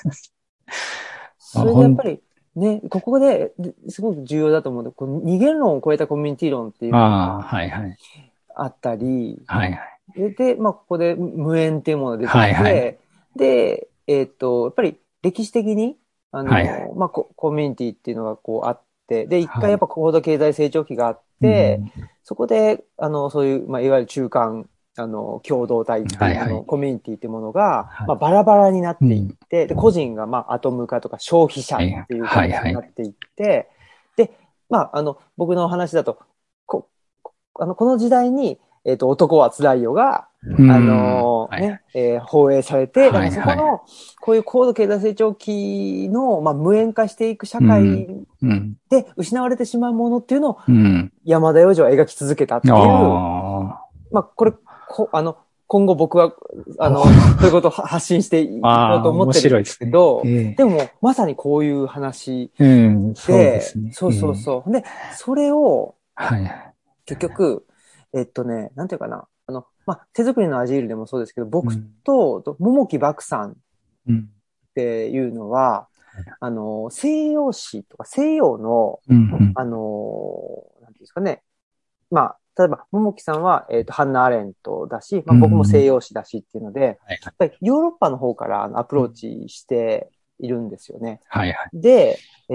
Speaker 1: それでやっぱり、ね、ここですごく重要だと思うので、この二元論を超えたコミュニティ論っていうのがあったり、で、まあ、ここで無縁っていうものが出てきて、で、やっぱり歴史的に、まあ、コミュニティっていうのがこうあって、で、一回やっぱ高度経済成長期があって、そこで、そういう、まあ、いわゆる中間、共同体っていうコミュニティっていうものが、まあ、バラバラになっていって、で、個人が、まあ、アトム化とか消費者っていう形になっていって、で、まあ、僕の話だと、この時代に、男は辛いよが、放映されて、だからそこの、こういう高度経済成長期の、まあ、無縁化していく社会で失われてしまうものっていうのを、山田洋次は描き続けたっていう、まあ、これ、今後僕は、そういうことを発信していこうと思ってるんですけど、でも、まさにこういう話で、そう。で、それを、結局、なんていうかな、まあ、手作りのアジールでもそうですけど、僕と、桃木漠さんっていうのは、西洋史とか西洋の、なんていうんですかね、まあ、例えば、桃木さんは、ハンナ・アレントだし、まあ、僕も西洋史だしっていうので、やっぱりヨーロッパの方からアプローチしているんですよね。で、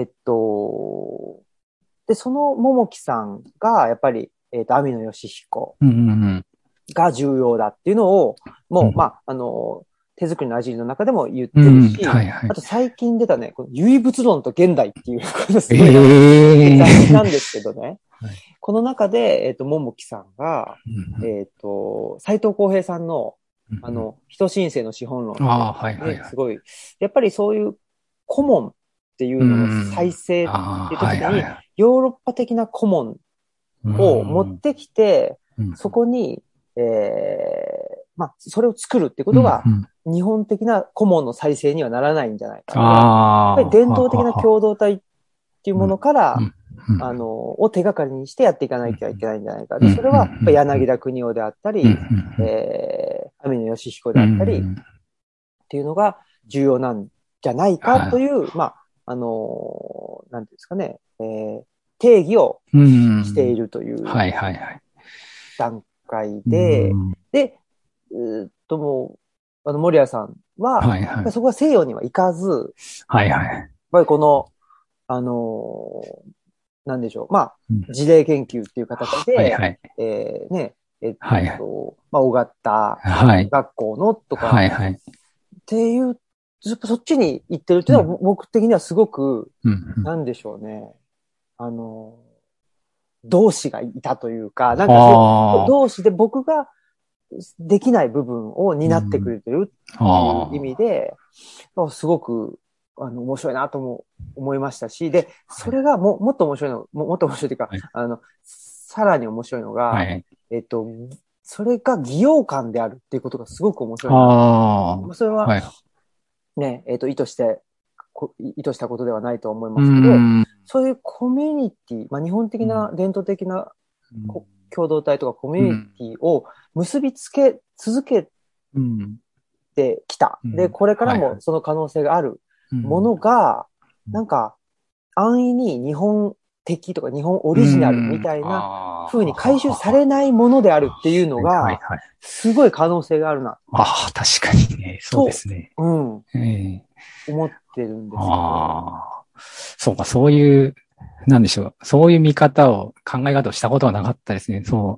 Speaker 1: で、その桃木さんが、やっぱり、網野義彦が重要だっていうのを、もう、まあ、手作りのアジールの中でも言ってるし、あと最近出たね、この唯物論と現代っていう、このすごい雑誌なんですけどね。この中で、桃木さんが、斉藤浩平さんの、人申請の資本論、すごい、やっぱりそういうコモンっていうのの再生っていう時に、ヨーロッパ的なコモンを持ってきて、そこに、まあ、それを作るってことが、日本的なコモンの再生にはならないんじゃないかな。やっぱり伝統的な共同体っていうものから、を手がかりにしてやっていかなきゃいけないんじゃないか。で、それは、柳田国夫であったり、網野義彦であったり、っていうのが重要なんじゃないかという、まあ、なんていうんですかね、定義をしているという段階で、で、もう、森谷さんは、そこは西洋には行かず、やっぱりこの、なんでしょう。まあ、事例研究っていう形で、まあ、小型学校のとか、っていう、そっちに行ってるっていうのは、僕的にはすごく、なんでしょうね。同志がいたというか、なんか同志で僕ができない部分を担ってくれてるっていう意味で、すごく、面白いなとも思いましたし、で、それがもっと面白いの、もっと面白いというか、さらに面白いのが、それが擬様感であるっていうことがすごく面白いな。それは、ね、意図したことではないと思いますけど、そういうコミュニティ、まあ、日本的な伝統的な共同体とかコミュニティを結びつけ続けてきた。で、これからもその可能性があるものが、なんか、安易に日本的とか日本オリジナルみたいな風に回収されないものであるっていうのが、すごい可能性があるな。
Speaker 2: 確かにね。そうですね。
Speaker 1: 思ってるんですよ。
Speaker 2: そうか、そういう、なんでしょう。そういう見方を、考え方をしたことはなかったですね。そう。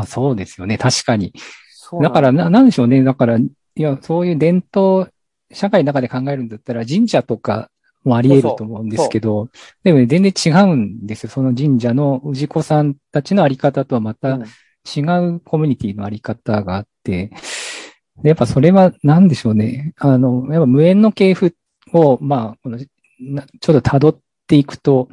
Speaker 2: そうですよね。確かに。だから、なんでしょうね。だから、いや、そういう伝統、社会の中で考えるんだったら、神社とかもあり得ると思うんですけど、でもね、全然違うんですよ。その神社の氏子さんたちのあり方とはまた違うコミュニティのあり方があって、で、やっぱそれは何でしょうね。やっぱ無縁の系譜を、まあ、ちょっと辿っていくと、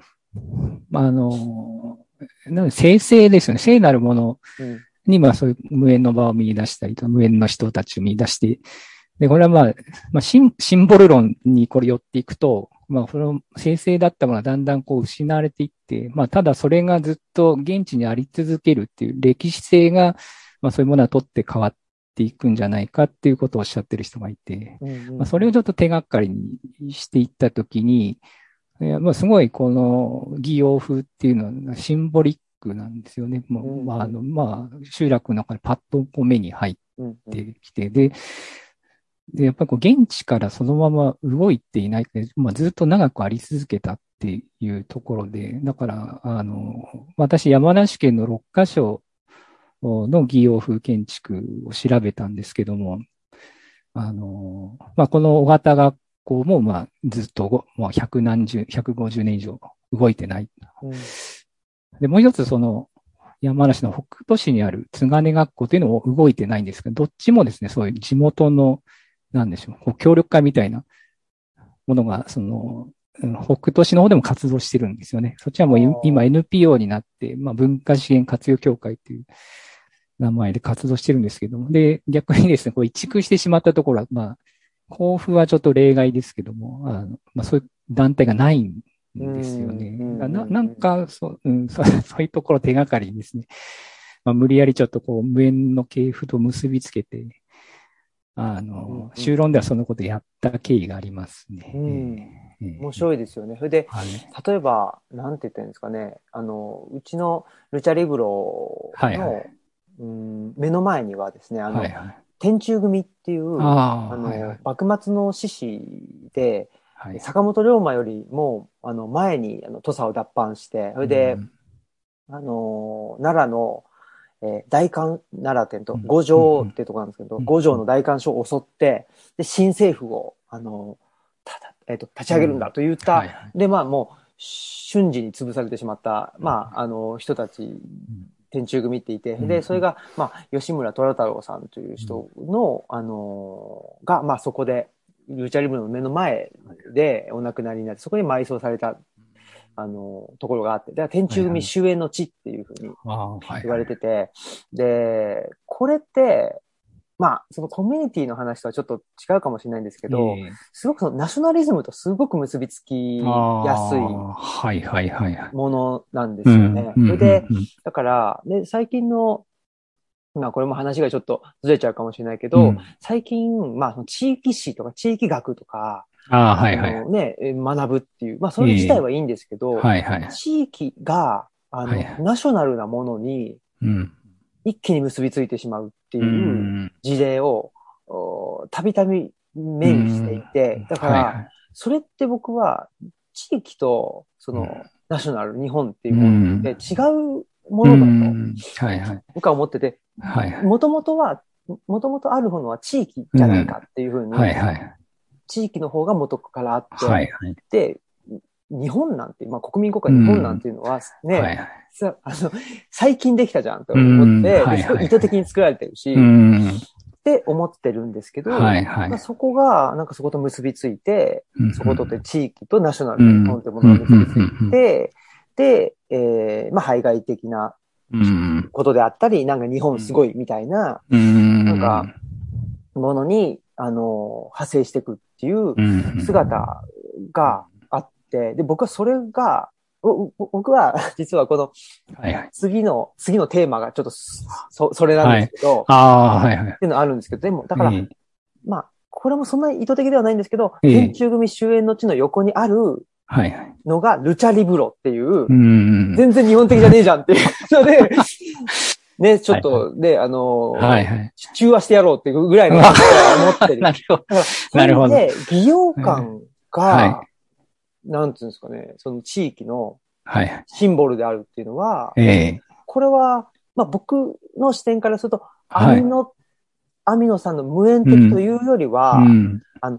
Speaker 2: 生成ですよね。聖なるものに、まあそういう無縁の場を見出したりと、無縁の人たちを見出して、で、これはまあ、シンボル論にこれ寄っていくと、まあ、その生成だったものはだんだんこう失われていって、まあ、ただそれがずっと現地にあり続けるっていう歴史性が、まあそういうものは取って変わっていくんじゃないかっていうことをおっしゃってる人がいて、まあ、それをちょっと手がかりにしていったときに、まあ、すごいこの擬様風っていうのはシンボリックなんですよね。まあ、集落の中でパッとこう目に入ってきて、で、やっぱりこう現地からそのまま動いていない、まあ、ずっと長くあり続けたっていうところで、だから、私山梨県の6カ所の擬様風建築を調べたんですけども、まあ、この小型学校も、まあ、ずっと、もう150年以上動いてない。で、もう一つ山梨の北杜市にある津金学校というのも動いてないんですけど、どっちもですね、そういう地元の、なんでしょう、協力会みたいなものが、北杜市の方でも活動してるんですよね。そっちはもう今 NPO になって、まあ、文化資源活用協会っていう名前で活動してるんですけども、で、逆にですね、こう移築してしまったところは、まあ、甲府はちょっと例外ですけども、まあ、そういう団体がないんですよね。なんかそういうところ手がかりにですね。まあ、無理やりちょっとこう、無縁の系譜と結びつけて、修論ではそのことやった経緯がありますね。
Speaker 1: 面白いですよね。それで、例えば、なんて言ったらいいんですかね。うちのルチャリブロの、目の前にはですね、天中組っていう、幕末の志士で、坂本龍馬よりも、前に土佐を脱藩して、それで、奈良の、大官奈良店と五条っていうところなんですけど、五条の大官所を襲って、で、新政府を、立ち上げるんだと言った、で、まあもう、瞬時に潰されてしまった、まあ、人たち、天中組っていて、で、それが、まあ、吉村虎太郎さんという人の、が、まあ、そこで、ルチャリブロの目の前でお亡くなりになって、そこに埋葬された、ところがあって、だから天中組終焉の地っていうふうに言われてて、で、これって、まあ、そのコミュニティの話とはちょっと違うかもしれないんですけど、すごくそのナショナリズムとすごく結びつきやすいものなんですよね。それで、だから、で、最近の、まあこれも話がちょっとずれちゃうかもしれないけど、最近、まあ地域史とか地域学とか、ね、学ぶっていう、まあそれ自体はいいんですけど、地域が、ナショナルなものに、一気に結びついてしまうっていう事例を、たびたび目にしていて、だから、それって僕は、地域と、ナショナル、日本っていうものって違うものだと、僕は思ってて、もともとあるものは地域じゃないかっていうふうに、地域の方が元からあって、で、日本なんて、まあ国民国家日本なんていうのはね、最近できたじゃんと思って、意図的に作られてるし、って思ってるんですけど、まあ、そこが、なんかそこと結びついて、そことって地域とナショナルの日本というものが結びついて、で、まあ排外的なことであったり、なんか日本すごいみたいな、なんか、ものに、派生していくっていう姿があって、で、僕はそれが、僕は、実はこの、次のテーマがちょっと、それなんですけど、っていうのあるんですけど、でも、だから、まあ、これもそんな意図的ではないんですけど、天中組終焉の地の横にあるのが、ルチャリブロっていう、全然日本的じゃねえじゃんっていうので、ね、ちょっと、で、中和してやろうっていうぐらいの思ってる。なるほど。で、技用感が、なんていうんですかね、その地域のシンボルであるっていうのは、これは、まあ僕の視点からすると、アミノさんの無縁的というよりは、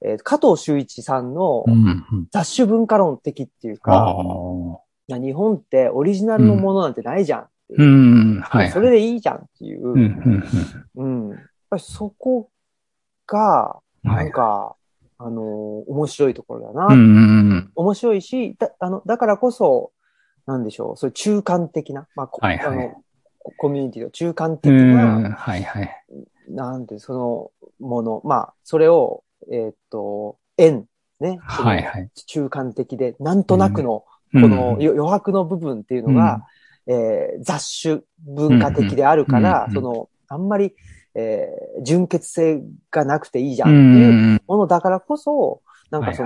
Speaker 1: 加藤修一さんの雑種文化論的っていうか、いや日本ってオリジナルのものなんてないじゃんっていう。はい、それでいいじゃんっていう。やっぱりそこが、なんか、面白いところだな。面白いし、だからこそ、なんでしょう、そういう中間的な、まあ、コミュニティの中間的な、なんて、そのもの、まあ、それを、円、ね、中間的で、なんとなくの、この余白の部分っていうのが、雑種文化的であるから、あんまり、純潔性がなくていいじゃんっていうものだからこそ、なんか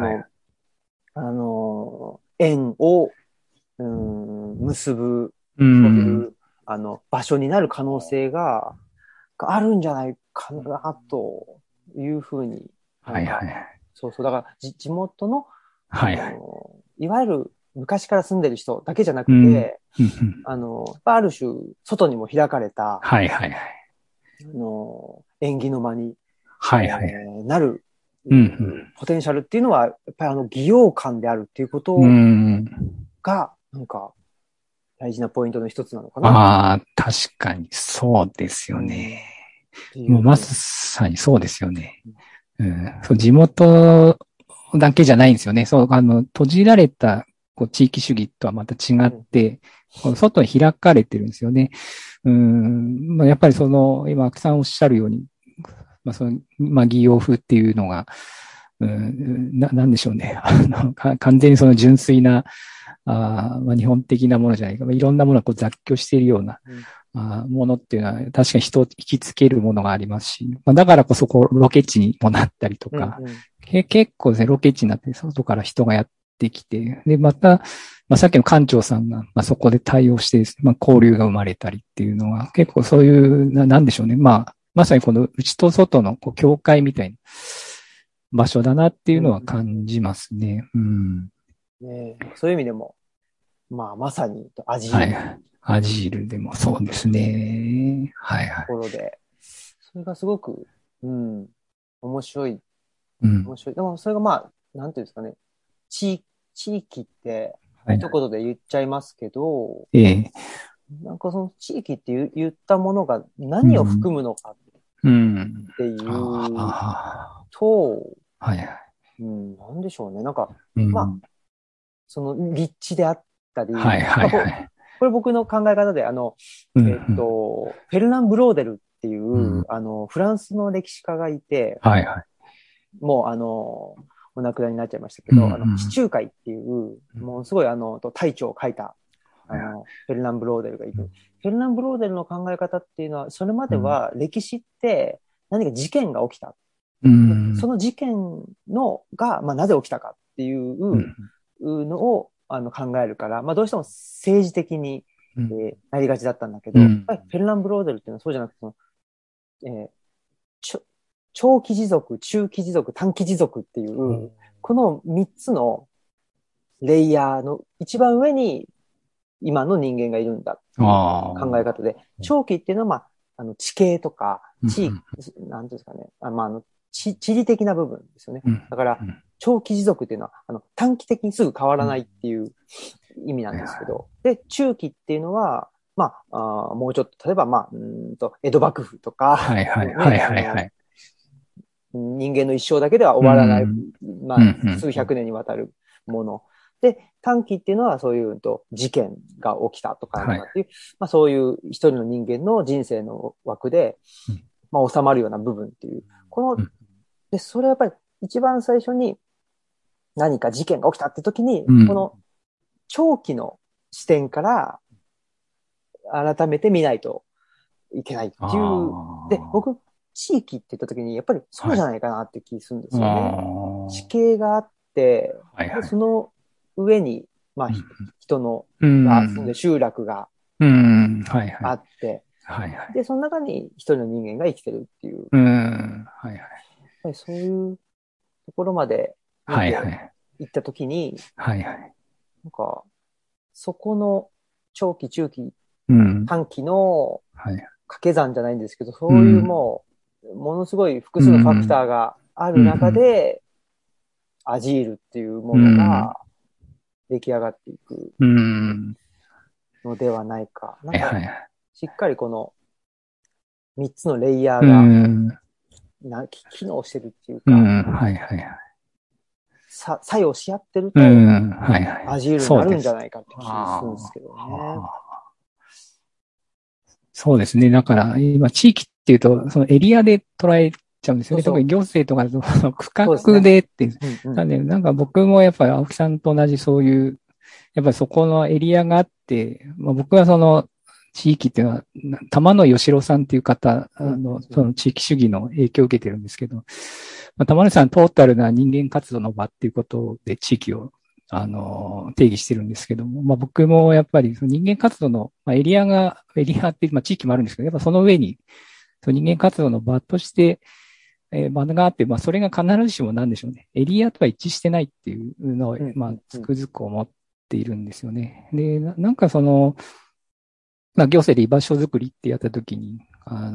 Speaker 1: 円を、結ぶ、そういう、場所になる可能性があるんじゃないかな、というふうに。そうそう。だから、地元の、いわゆる昔から住んでる人だけじゃなくて、ある種、外にも開かれた、縁起の間に、なる、ポテンシャルっていうのは、やっぱり擬様感であるっていうことが、なんか、大事なポイントの一つなのかな。
Speaker 2: ああ、確かにそうですよね。もうまさにそうですよね。そう、地元だけじゃないんですよね。そう、閉じられた地域主義とはまた違って、外に開かれてるんですよね。まあ、やっぱり今、秋さんおっしゃるように、まあ、擬様風っていうのが、なんでしょうね。完全に純粋な、まあ、日本的なものじゃないか。いろんなものが雑居しているような、ものっていうのは確かに人を引きつけるものがありますし、まあ、だからこそロケ地にもなったりとか、結構ですね、ロケ地になって外から人がやってきて、で、また、まあ、さっきの館長さんが、まあ、そこで対応して、まあ、交流が生まれたりっていうのは、結構そういう、なんでしょうね。まあ、まさにこの内と外の境界みたいな場所だなっていうのは感じますね。
Speaker 1: そういう意味でも、まあ、まさに、アジ
Speaker 2: ール。アジールでもそうですね。
Speaker 1: ところで、それがすごく、面白い。面白い。でも、それがまあ、なんていうんですかね。地域って、一言で言っちゃいますけど、なんかその地域って言ったものが何を含むのかっていうと、なんでしょうね。なんか、まあ、その立地であったり、これ僕の考え方で、フェルナン・ブローデルっていう、フランスの歴史家がいて、もうお亡くなりになっちゃいましたけど、地中海っていう、もうすごい大著を書いた、フェルナン・ブローデルがいる。フェルナン・ブローデルの考え方っていうのは、それまでは歴史って何か事件が起きた。その事件が、まあ、なぜ起きたかっていうのを考えるから、まあ、どうしても政治的に、なりがちだったんだけど、やっぱりフェルナン・ブローデルっていうのはそうじゃなくて、長期持続、中期持続、短期持続っていう、この3つのレイヤーの一番上に今の人間がいるんだっていう考え方で、長期っていうのは、まあ、地形とか、なんていうんですかね、まあ、地理的な部分ですよね。だから、長期持続っていうのは、短期的にすぐ変わらないっていう意味なんですけど、で、中期っていうのは、まあ、もうちょっと、例えば、まあ、江戸幕府とか、人間の一生だけでは終わらない、まあ、数百年にわたるもの。で、短期っていうのはそういう事件が起きたとかっていう、まあそういう一人の人間の人生の枠で、まあ収まるような部分っていう。で、それはやっぱり一番最初に何か事件が起きたって時に、この長期の視点から改めて見ないといけないっていう。で、僕、地域って言った時にやっぱりそうじゃないかなって気するんですよね。地形があって、でその上に、まあ、人のが住んで集落があって、で、その中に一人の人間が生きてるっていう。そういうところまで行ったときに、なんか、そこの長期、中期、短期の掛け算じゃないんですけど、そういうもう、ものすごい複数のファクターがある中で、 アジールっていうものが出来上がっていくのではないか。なんか、しっかりこの3つのレイヤーが機能してるっていうか、作用し合ってると、アジールになるんじゃないかって気がするんですけどね。
Speaker 2: そうですね。だから、今、地域っていうと、そのエリアで捉えちゃうんですよね。特に行政とかだと、区画でっていう。なんか僕もやっぱり青木さんと同じそういう、やっぱりそこのエリアがあって、僕はその地域っていうのは、玉野義郎さんっていう方、その地域主義の影響を受けてるんですけど、玉野さんトータルな人間活動の場っていうことで地域を定義してるんですけども、僕もやっぱりその人間活動の、エリアって、地域もあるんですけど、やっぱその上に、その人間活動の場として、場があって、それが必ずしもなんでしょうね。エリアとは一致してないっていうのを、つくづく思っているんですよね。で、なんかその、行政で居場所づくりってやったときに、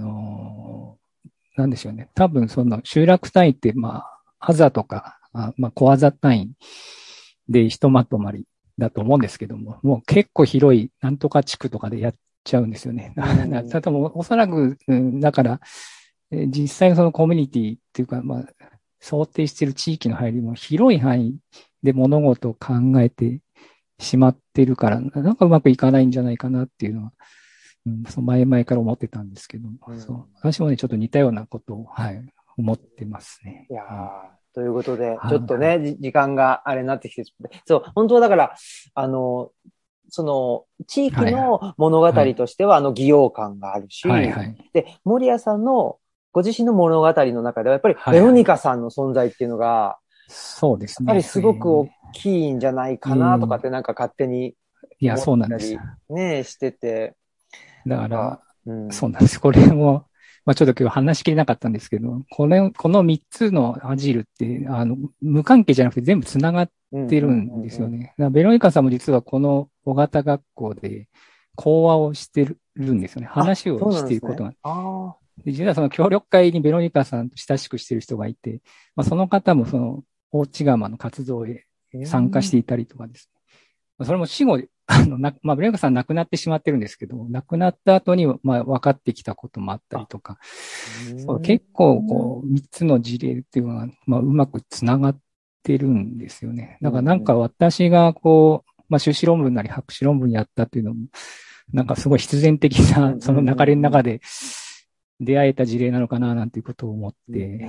Speaker 2: なんでしょうね。多分その集落単位って、あざとか、小あざ単位でひとまとまりだと思うんですけども、もう結構広いなんとか地区とかでやっちゃうんですよね。多分おそらく、だから、実際そのコミュニティっていうか、想定している地域の入りも広い範囲で物事を考えてしまっているから、なんかうまくいかないんじゃないかなっていうのは、その前々から思ってたんですけど、私もね、ちょっと似たようなことを、思ってますね。
Speaker 1: いやということで、ちょっとね、時間があれになってきて、そう、本当はだから、その、地域の物語としては、擬様感があるし、で、森谷さんのご自身の物語の中では、やっぱりベロニカさんの存在っていうのが、
Speaker 2: そうですね。
Speaker 1: やっぱりすごく大きいんじゃないかなとかってなんか勝手に
Speaker 2: 思ったり
Speaker 1: ね、してて。
Speaker 2: だから、そうなんです。これも、ちょっと今日話しきれなかったんですけど、この3つのアジールって、無関係じゃなくて全部繋がってるんですよね。ベロニカさんも実はこの小型学校で講話をしてるんですよね。話をしていることが。実はその協力会にベロニカさんと親しくしている人がいて、その方もその大地釜の活動へ参加していたりとかですね。それも死後、ベロニカさん亡くなってしまってるんですけど、亡くなった後に、分かってきたこともあったりとか、結構、3つの事例っていうのが、うまくつながってるんですよね。だからなんか私が修士論文なり博士論文やったっていうのも、なんかすごい必然的な、その流れの中で出会えた事例なのかな、なんていうことを思って、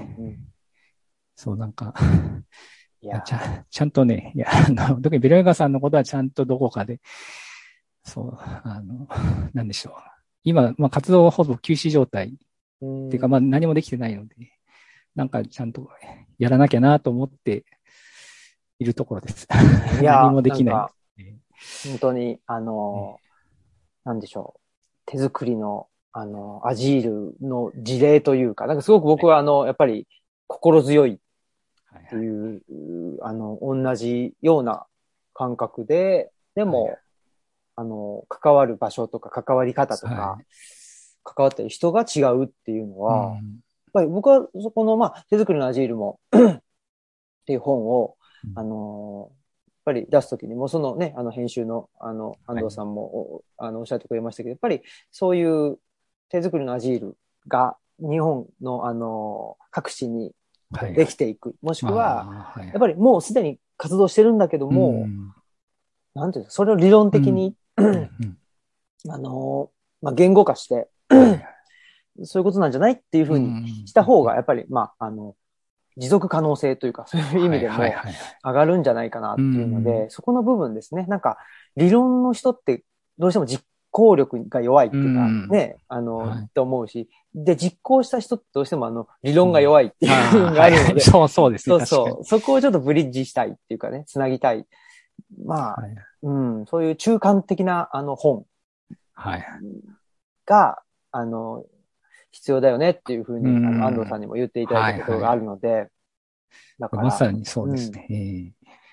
Speaker 2: そうなんか、ちゃんとね、特にベロニカさんのことはちゃんとどこかで、なんでしょう。今、活動はほぼ休止状態。っていうか、何もできてないので、なんかちゃんとやらなきゃなと思っているところです。何もできない。
Speaker 1: 本当に、なんでしょう。手作りの、アジールの事例というか、なんかすごく僕はやっぱり心強いっていう、同じような感覚で、でも、関わる場所とか関わり方とか、関わってる人が違うっていうのは、やっぱり僕はそこの、手作りのアジールもっていう本を、やっぱり出すときにも、そのね、編集の、安藤さんも、おっしゃってくれましたけど、やっぱりそういう手作りのアジールが日本の、各地にできていく。もしくは、やっぱりもうすでに活動してるんだけども、なんていうか、それを理論的に、言語化して、そういうことなんじゃないっていうふうにした方が、やっぱり、持続可能性というか、そういう意味でも上がるんじゃないかなっていうので、そこの部分ですね。なんか、理論の人ってどうしても実行力が弱いっていうか、ね、と思うし、で、実行した人ってどうしても理論が弱いっていうのがあるので、
Speaker 2: そうですね。
Speaker 1: そこをちょっとブリッジしたいっていうかね、つなぎたい。そういう中間的な本が、必要だよねっていうふうに、安藤さんにも言っていただいたことがあるので、だから。
Speaker 2: まさにそうですね。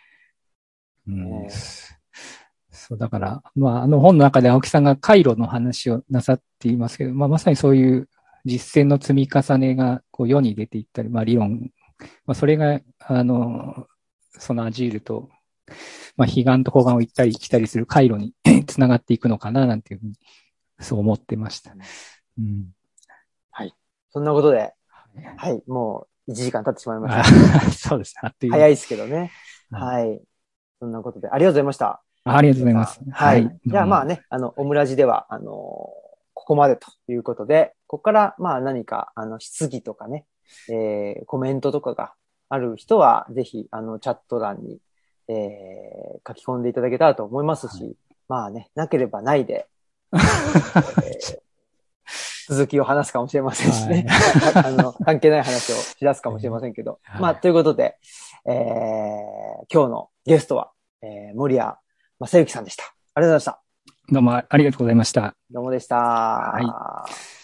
Speaker 2: そう、だから、本の中で青木さんが回路の話をなさっていますけど、まさにそういう実践の積み重ねが、世に出ていったり、理論、それが、 そのアジールと、まあ、彼岸と湖岸を行ったり来たりする回路につながっていくのかな、なんていうふうに、そう思ってました。うん、
Speaker 1: はい。そんなことで、はい。もう1時間経ってしまいました。
Speaker 2: そうですね。
Speaker 1: 早いですけどね。はい。そんなことで、ありがとうございました。
Speaker 2: ありがとうございます。
Speaker 1: はい。じゃあまあね、オムラジでは、ここまでということで、ここからまあ何か、質疑とかね、コメントとかがある人は、ぜひ、チャット欄に、書き込んでいただけたらと思いますし、まあね、なければないで、続きを話すかもしれませんしね。関係ない話をし出すかもしれませんけど。まあ、ということで、今日のゲストは、森谷正幸さんでした。ありがとうございました。
Speaker 2: どうもありがとうございました。
Speaker 1: どうもでした。はい。